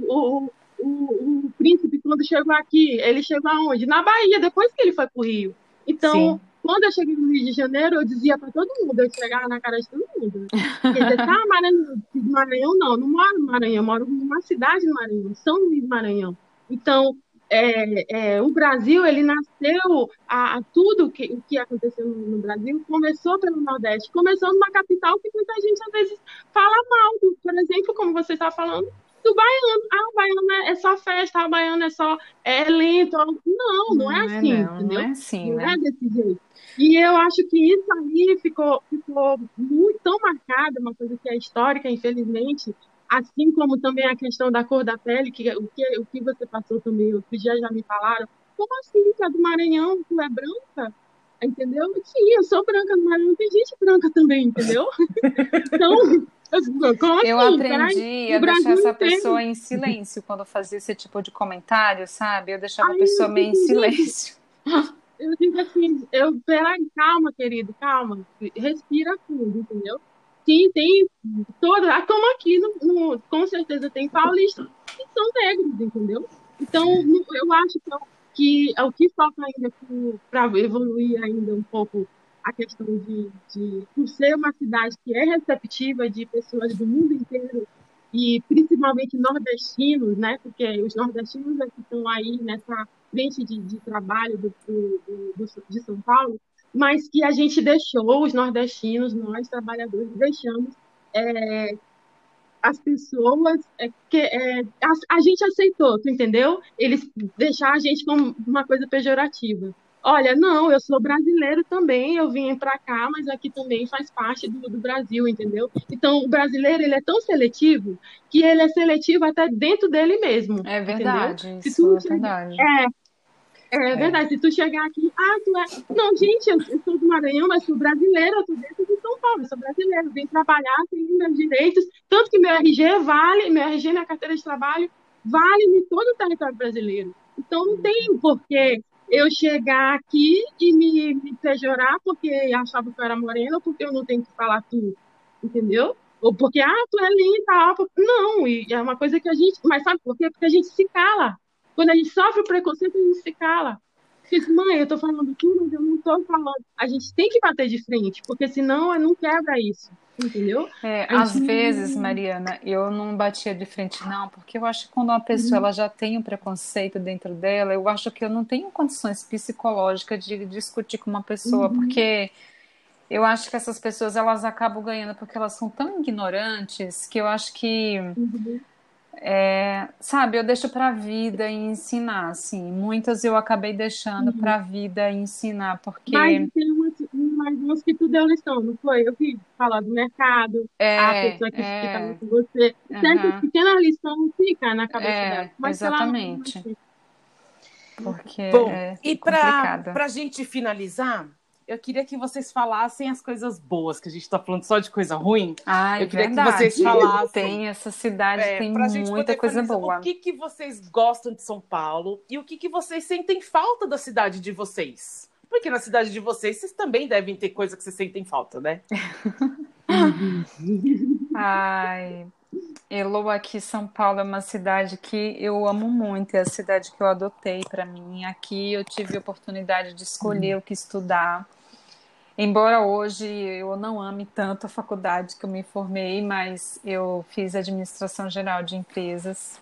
o príncipe, quando chegou aqui, ele chegou aonde? Na Bahia, depois que ele foi para o Rio. Então, Sim. quando eu cheguei no Rio de Janeiro, eu dizia para todo mundo, eu chegava na cara de todo mundo. Quer dizer, Maranhão não, não moro no Maranhão, eu moro numa cidade do Maranhão, São Luís do Maranhão. Então, o Brasil, ele nasceu, o que aconteceu no Brasil começou pelo Nordeste, começou numa capital que muita gente às vezes fala mal, por exemplo, como você está falando, do baiano. O baiano é só festa, o baiano é lento. Não, não é assim, Não entendeu? é assim, Não né? é desse jeito. E eu acho que isso aí ficou muito tão marcado, uma coisa que é histórica, infelizmente, assim como também a questão da cor da pele, o que você passou também, outro dia já me falaram, como assim, tu é do Maranhão, tu é branca? Entendeu? Sim, eu sou branca no Maranhão, tem gente branca também, entendeu? Então, como Eu assim? Peraí, aprendi o a deixar Brasil essa inteiro. pessoa em silêncio quando eu fazia esse tipo de comentário, sabe? Eu deixava a Aí pessoa eu meio em fico, gente, silêncio. eu digo assim, peraí, calma, querido, calma, respira fundo, entendeu? Sim, tem como aqui, com certeza tem paulistas que são negros, entendeu? Então, eu acho que é o que falta ainda para evoluir ainda um pouco a questão por ser uma cidade que é receptiva de pessoas do mundo inteiro e principalmente nordestinos, né? Porque os nordestinos é que estão aí nessa frente de trabalho de São Paulo, mas que a gente deixou, os nordestinos, nós trabalhadores, deixamos as pessoas a gente aceitou, tu entendeu? Eles deixaram a gente como uma coisa pejorativa. Olha, não, eu sou brasileiro também, eu vim para cá, mas aqui também faz parte do Brasil, entendeu? Então, o brasileiro, ele é tão seletivo que ele é seletivo até dentro dele mesmo, É entendeu? verdade, Se isso tu é verdade. é É. verdade, se tu chegar aqui, tu é. Não, gente, eu sou do Maranhão, mas sou brasileira, eu tô dentro de São Paulo, eu sou brasileira, vim trabalhar, tenho meus direitos, tanto que meu RG, minha carteira de trabalho, vale em todo o território brasileiro. Então não tem porquê eu chegar aqui e me pejorar porque achava que eu era morena, ou porque eu não tenho que falar tu, entendeu? Ou porque, tu é linda, não, e é uma coisa que a gente. Mas sabe por quê? Porque a gente se cala. Quando a gente sofre o preconceito, a gente se cala. Diz, mãe, eu tô falando tudo, mas eu não tô falando. A gente tem que bater de frente, porque senão não quebra isso, entendeu? A gente Às vezes, não. Mariana, eu não batia de frente, não, porque eu acho que quando uma pessoa ela já tem um preconceito dentro dela, eu acho que eu não tenho condições psicológicas de discutir com uma pessoa, Uhum, porque eu acho que essas pessoas elas acabam ganhando porque elas são tão ignorantes que eu acho que, uhum. sabe, eu deixo para a vida e ensinar, assim. Muitas eu acabei deixando para a Sim. vida e ensinar, Mas porque tem umas que tu deu lição, não foi? Eu vi falar do mercado, a pessoa que estava com você. Certas aham, pequenas lições ficam na cabeça dela. Mas sei lá, não exatamente, sei. porque Bom, é e complicado. para a gente finalizar, eu queria que vocês falassem as coisas boas, que a gente está falando só de coisa ruim. Ai, Eu queria que vocês verdade. falassem, Tem essa cidade, tem para a gente muita poder coisa finalizar, o boa. que, que vocês gostam de São Paulo e o que, que vocês sentem falta da cidade de vocês. Porque na cidade de vocês, vocês também devem ter coisa que vocês sentem falta, né? Uhum. Ai, Elô, aqui São Paulo é uma cidade que eu amo muito, é a cidade que eu adotei para mim. Aqui eu tive a oportunidade de escolher o que estudar. Embora hoje eu não ame tanto a faculdade que eu me formei, mas eu fiz administração geral de empresas.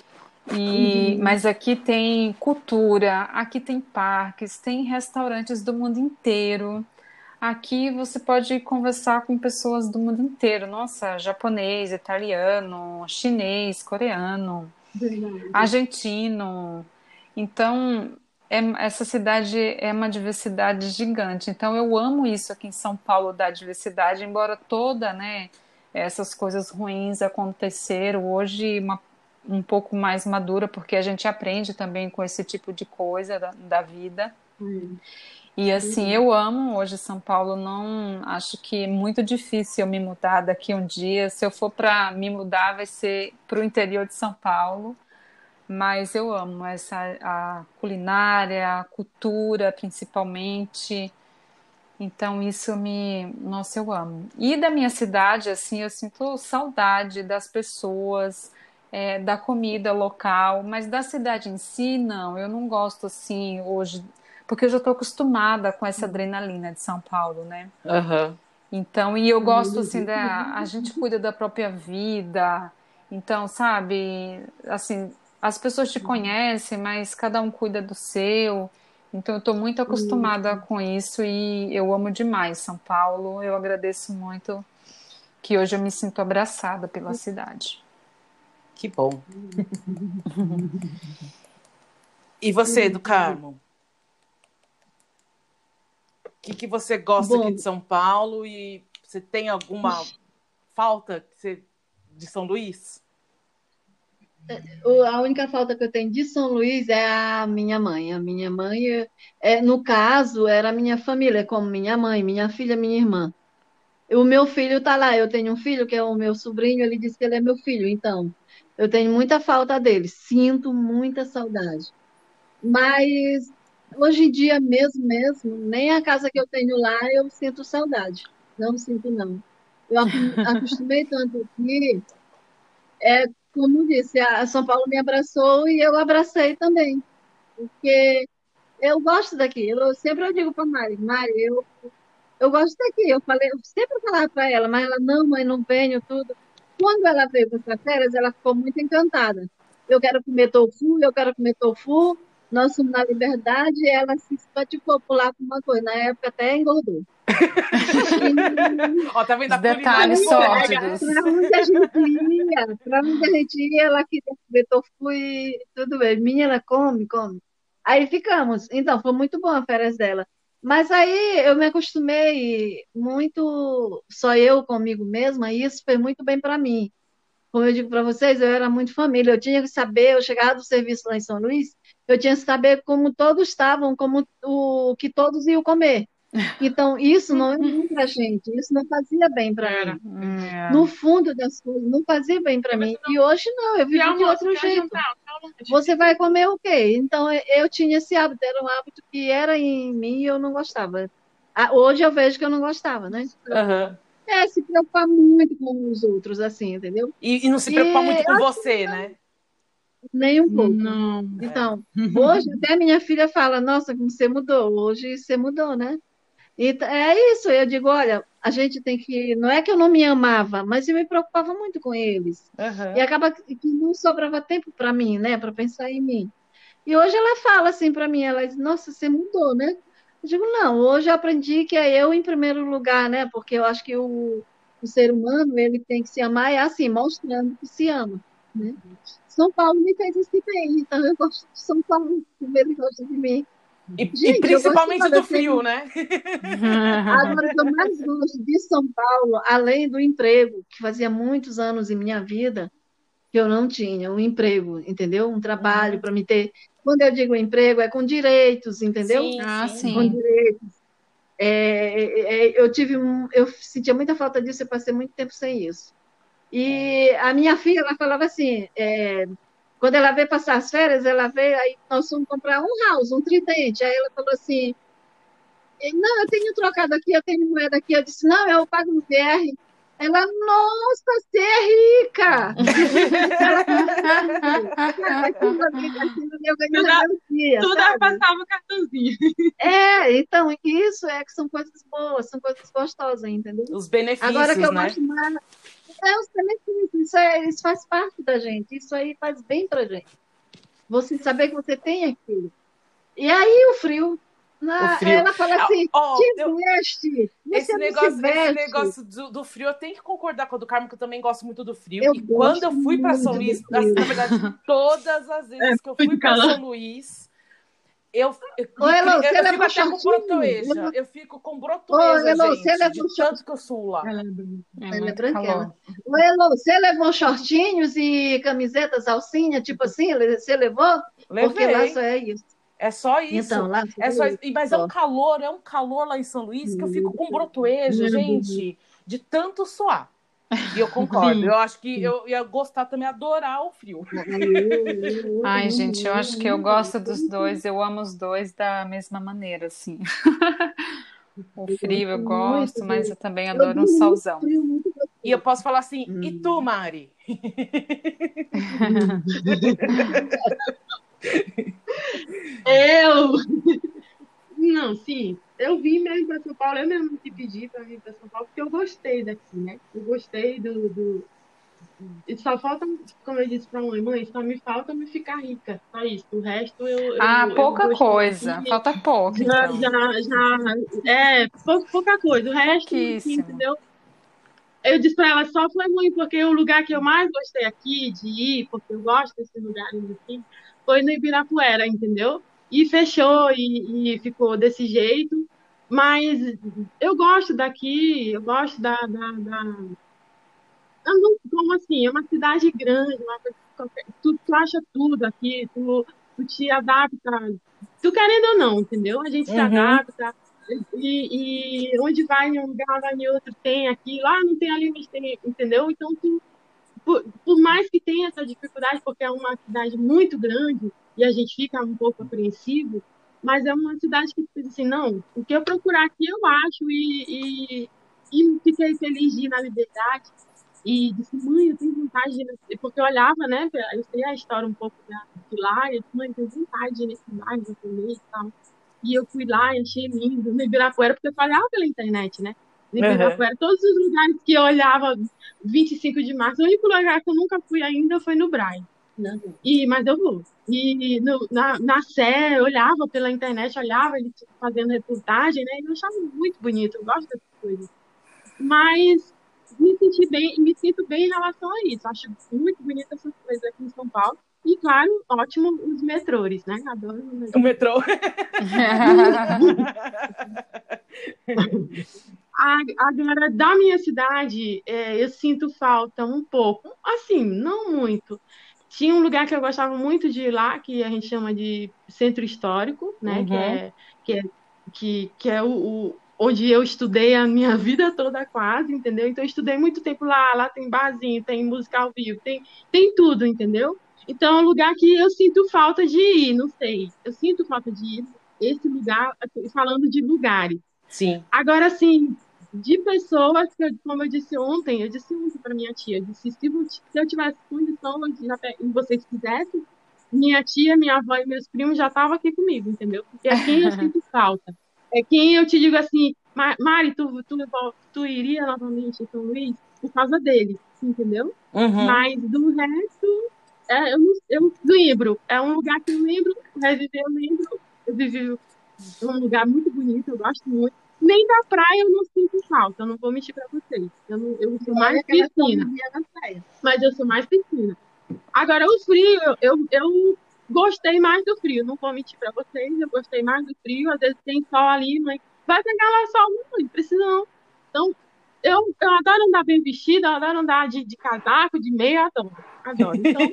Uhum. Mas aqui tem cultura, aqui tem parques, tem restaurantes do mundo inteiro. Aqui você pode conversar com pessoas do mundo inteiro. Nossa, japonês, italiano, chinês, coreano, Verdade. argentino. Então, essa cidade é uma diversidade gigante. Então eu amo isso aqui em São Paulo, da diversidade, embora toda, né, essas coisas ruins aconteceram hoje um pouco mais madura, porque a gente aprende também com esse tipo de coisa da vida. E assim, eu amo hoje São Paulo, não acho que é muito difícil eu me mudar daqui um dia. Se eu for para me mudar, vai ser para o interior de São Paulo. Mas eu amo a culinária, a cultura, principalmente. Então isso nossa, eu amo. E da minha cidade, assim, eu sinto saudade das pessoas, da comida local, mas da cidade em si, não. Eu não gosto assim hoje, porque eu já estou acostumada com essa adrenalina de São Paulo, né? Aham. Então, e eu gosto assim a gente cuida da própria vida. Então, sabe, assim, as pessoas te conhecem, mas cada um cuida do seu. Então, eu estou muito acostumada com isso e eu amo demais São Paulo. Eu agradeço muito que hoje eu me sinto abraçada pela cidade. Que bom. E você, do Carmo? O que você gosta aqui de São Paulo e você tem alguma falta de São Luís? A única falta que eu tenho de São Luís é a minha mãe. A minha mãe, no caso, era a minha família, como minha mãe, minha filha, minha irmã. O meu filho está lá. Eu tenho um filho que é o meu sobrinho, ele disse que ele é meu filho. Então, eu tenho muita falta dele. Sinto muita saudade. Mas hoje em dia mesmo, nem a casa que eu tenho lá eu sinto saudade. Não sinto, não. Eu acostumei tanto aqui, como disse, a São Paulo me abraçou e eu abracei também, porque eu gosto daqui. Eu digo para Mari, eu gosto daqui. Eu sempre falava para ela, mas ela, não, mãe, não venho, tudo. Quando ela veio para as férias, ela ficou muito encantada. Eu quero comer tofu, eu quero comer tofu. Nós fomos na Liberdade e ela se espatifou por lá com uma coisa. Na época até engordou. Ó, tá vendo? Os detalhes sórdidos. Para onde a gente ia, ela queria comer tofu e tudo bem. Minha, ela come. Aí ficamos. Então, foi muito bom a férias dela. Mas aí eu me acostumei muito, só eu comigo mesma, e isso foi muito bem para mim. Como eu digo para vocês, eu era muito família, eu tinha que saber, eu chegava do serviço lá em São Luís, eu tinha que saber como todos estavam, como o que todos iam comer. Então, isso não é bem para a gente, isso não fazia bem para mim. No fundo das coisas, não fazia bem para mim. E hoje não, eu vivo de outro jeito. Você vai comer o quê? Então, eu tinha esse hábito, era um hábito que era em mim e eu não gostava. Hoje eu vejo que eu não gostava, né? Uhum. Se preocupar muito com os outros, assim, entendeu? E não se preocupar muito com você, né? Nem um pouco. Não. Então, hoje até minha filha fala, nossa, como você mudou. Hoje você mudou, né? Então, é isso, eu digo, olha, a gente tem que. Não é que eu não me amava, mas eu me preocupava muito com eles. Uhum. E acaba que não sobrava tempo para mim, né? Para pensar em mim. E hoje ela fala assim para mim, ela diz, nossa, você mudou, né? Eu digo, não, hoje eu aprendi que é eu em primeiro lugar, né? Porque eu acho que o ser humano, ele tem que se amar, é assim, mostrando que se ama, né? São Paulo me fez esse bem, então eu gosto de São Paulo, como ele gosta de mim. E principalmente do frio, né? Agora, o que eu mais gosto de São Paulo, além do emprego, que fazia muitos anos em minha vida que eu não tinha um emprego, entendeu? Um trabalho para me ter. Quando eu digo emprego, é com direitos, entendeu? Sim. Com direitos. Eu sentia muita falta disso, eu passei muito tempo sem isso. E a minha filha, ela falava assim, quando ela veio passar as férias, aí nós fomos comprar um house, um tridente. Aí ela falou assim, não, eu tenho trocado aqui, eu tenho moeda aqui. Eu disse, não, eu pago no VR. Ela, nossa, você é rica! Tudo ela passava o cartãozinho. Então, isso que são coisas boas, são coisas gostosas, entendeu? Os benefícios, agora que eu né? gosto mais, os benefícios, isso faz parte da gente, isso aí faz bem pra gente. Você saber que você tem aquilo. E aí o frio. Ela fala assim, veste. Esse negócio do frio, eu tenho que concordar com o do Carmo, que eu também gosto muito do frio. Quando eu fui para São Luís, na verdade, todas as vezes que eu fui para São Luís, Ô, Elô, você fico levou até com shortinho? brotoeja. Eu fico com Ô, brotoeja, Elô, você gente, levou de tanto que eu suo lá. Ela é É Ela é muito branquela. calor. Ô, Elô, você levou shortinhos e camisetas, alcinha, tipo assim? Você levou? Porque lá só Levei. é isso. É só isso. Então, lá só É só isso. Mas só. é um calor lá em São Luís que eu fico com brotoeja, gente, de tanto suar. E eu concordo. Sim. Eu acho que eu ia gostar também, adorar o frio. Ai, gente, eu acho que eu gosto dos dois, eu amo os dois da mesma maneira, assim. O frio eu gosto, mas eu também Eu adoro um durmo muito solzão. frio, muito E eu gostoso. posso falar assim, e tu, Mari? Eu. Não, sim. Eu vim mesmo para São Paulo, eu mesmo te pedi para vir para São Paulo, porque eu gostei daqui, né? Eu gostei E só falta, como eu disse para a mãe, só me falta me ficar rica. Só isso. O resto Ah, eu pouca gostei daqui. coisa, falta pouco, Já, então. pouca coisa. O resto, assim, Pouquíssimo. entendeu? Eu disse para ela, só foi ruim, porque o lugar que eu mais gostei aqui de ir, porque eu gosto desses lugares assim, foi no Ibirapuera, entendeu? E fechou e ficou desse jeito. Mas eu gosto daqui, eu gosto eu não, como assim? É uma cidade grande, tu acha tudo aqui, tu te adapta, tu querendo ou não, entendeu? A gente se Uhum. adapta, e onde vai em um lugar, vai em outro, tem aqui, lá não tem ali, mas tem, entendeu? Então, por mais que tenha essa dificuldade, porque é uma cidade muito grande, e a gente fica um pouco apreensivo, mas é uma cidade que tu diz assim, não, o que eu procurar aqui eu acho, e fiquei feliz de ir na Liberdade, e disse, mãe, eu tenho vontade de ir nesse... Porque eu olhava, né? Eu sei a história um pouco de lá, e eu disse, mãe, eu tenho vontade de ir nesse bairro japonês e tal. E eu fui lá e achei lindo, no Ibirapuera, porque eu olhava pela internet, né? No Uhum. Ibirapuera, todos os lugares que eu olhava, 25 de março, o único lugar que eu nunca fui ainda foi no Brás. Mas eu vou. E na Sé, eu olhava pela internet, olhava eles fazendo reportagem, né? E eu achava muito bonito, eu gosto dessas coisas. Mas me sinto bem em relação a isso. Acho muito bonita essas coisas aqui em São Paulo. E, claro, ótimo os metrôs, né? Adoro o O metrô. metrô. Agora, da minha cidade, eu sinto falta um pouco, assim, não muito. Tinha um lugar que eu gostava muito de ir lá, que a gente chama de Centro Histórico, né? Uhum. Que é, que é onde eu estudei a minha vida toda quase, entendeu? Então, eu estudei muito tempo lá. Lá tem barzinho, tem música ao vivo, tem tudo, entendeu? Então, é um lugar que eu sinto falta de ir, não sei. Eu sinto falta de ir esse lugar, assim, falando de lugares. Sim. Agora, assim, de pessoas que, como eu disse ontem para minha tia, eu disse, se eu tivesse condição, e vocês quisessem, minha tia, minha avó e meus primos já estavam aqui comigo, entendeu? Porque é quem eu sinto falta. É quem eu te digo assim, Mari, tu iria novamente em São Luís por causa dele, entendeu? Uhum. Mas do resto, eu lembro. É um lugar que eu lembro, reviver eu lembro. Eu vivi um lugar muito bonito, eu gosto muito. Nem da praia eu não sinto falta, eu não vou mentir para vocês. Eu sou mais piscina, mas eu sou mais piscina. Agora, o frio, eu gostei mais do frio, não vou mentir para vocês, eu gostei mais do frio. Às vezes tem sol ali, mas vai pegar lá sol, não precisa não. Então, eu adoro andar bem vestida, eu adoro andar de casaco, de meia, adoro. Adoro. Então,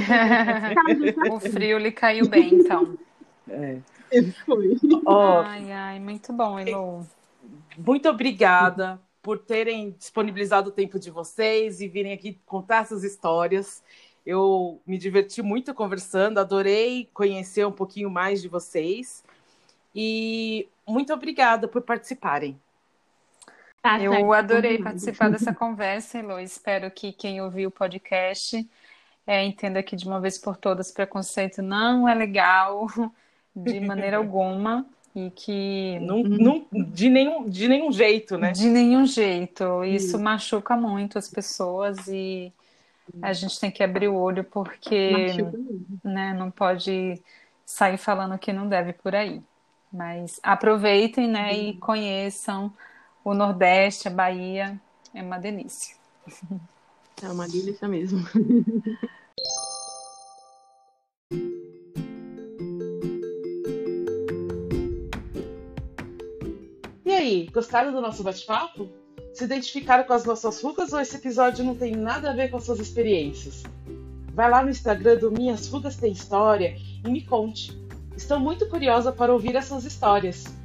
O frio lhe caiu bem, então. É. foi. Ó, Ai, ai, muito bom, Elô. muito obrigada por terem disponibilizado o tempo de vocês e virem aqui contar essas histórias. Eu me diverti muito conversando, adorei conhecer um pouquinho mais de vocês. E muito obrigada por participarem. Tá Eu certo, adorei combinado. participar dessa conversa, Elô. Espero que quem ouviu o podcast entenda que de uma vez por todas preconceito não é legal de maneira alguma e que De nenhum jeito, né? de nenhum jeito isso machuca muito as pessoas e a gente tem que abrir o olho porque, Machuca mesmo. né, não pode sair falando que não deve por aí. Mas aproveitem, né, e conheçam o Nordeste, a Bahia, é uma delícia. É uma delícia mesmo. Gostaram do nosso bate-papo? Se identificaram com as nossas rugas ou esse episódio não tem nada a ver com as suas experiências? Vai lá no Instagram do Minhas Rugas Tem História e me conte. Estou muito curiosa para ouvir essas histórias.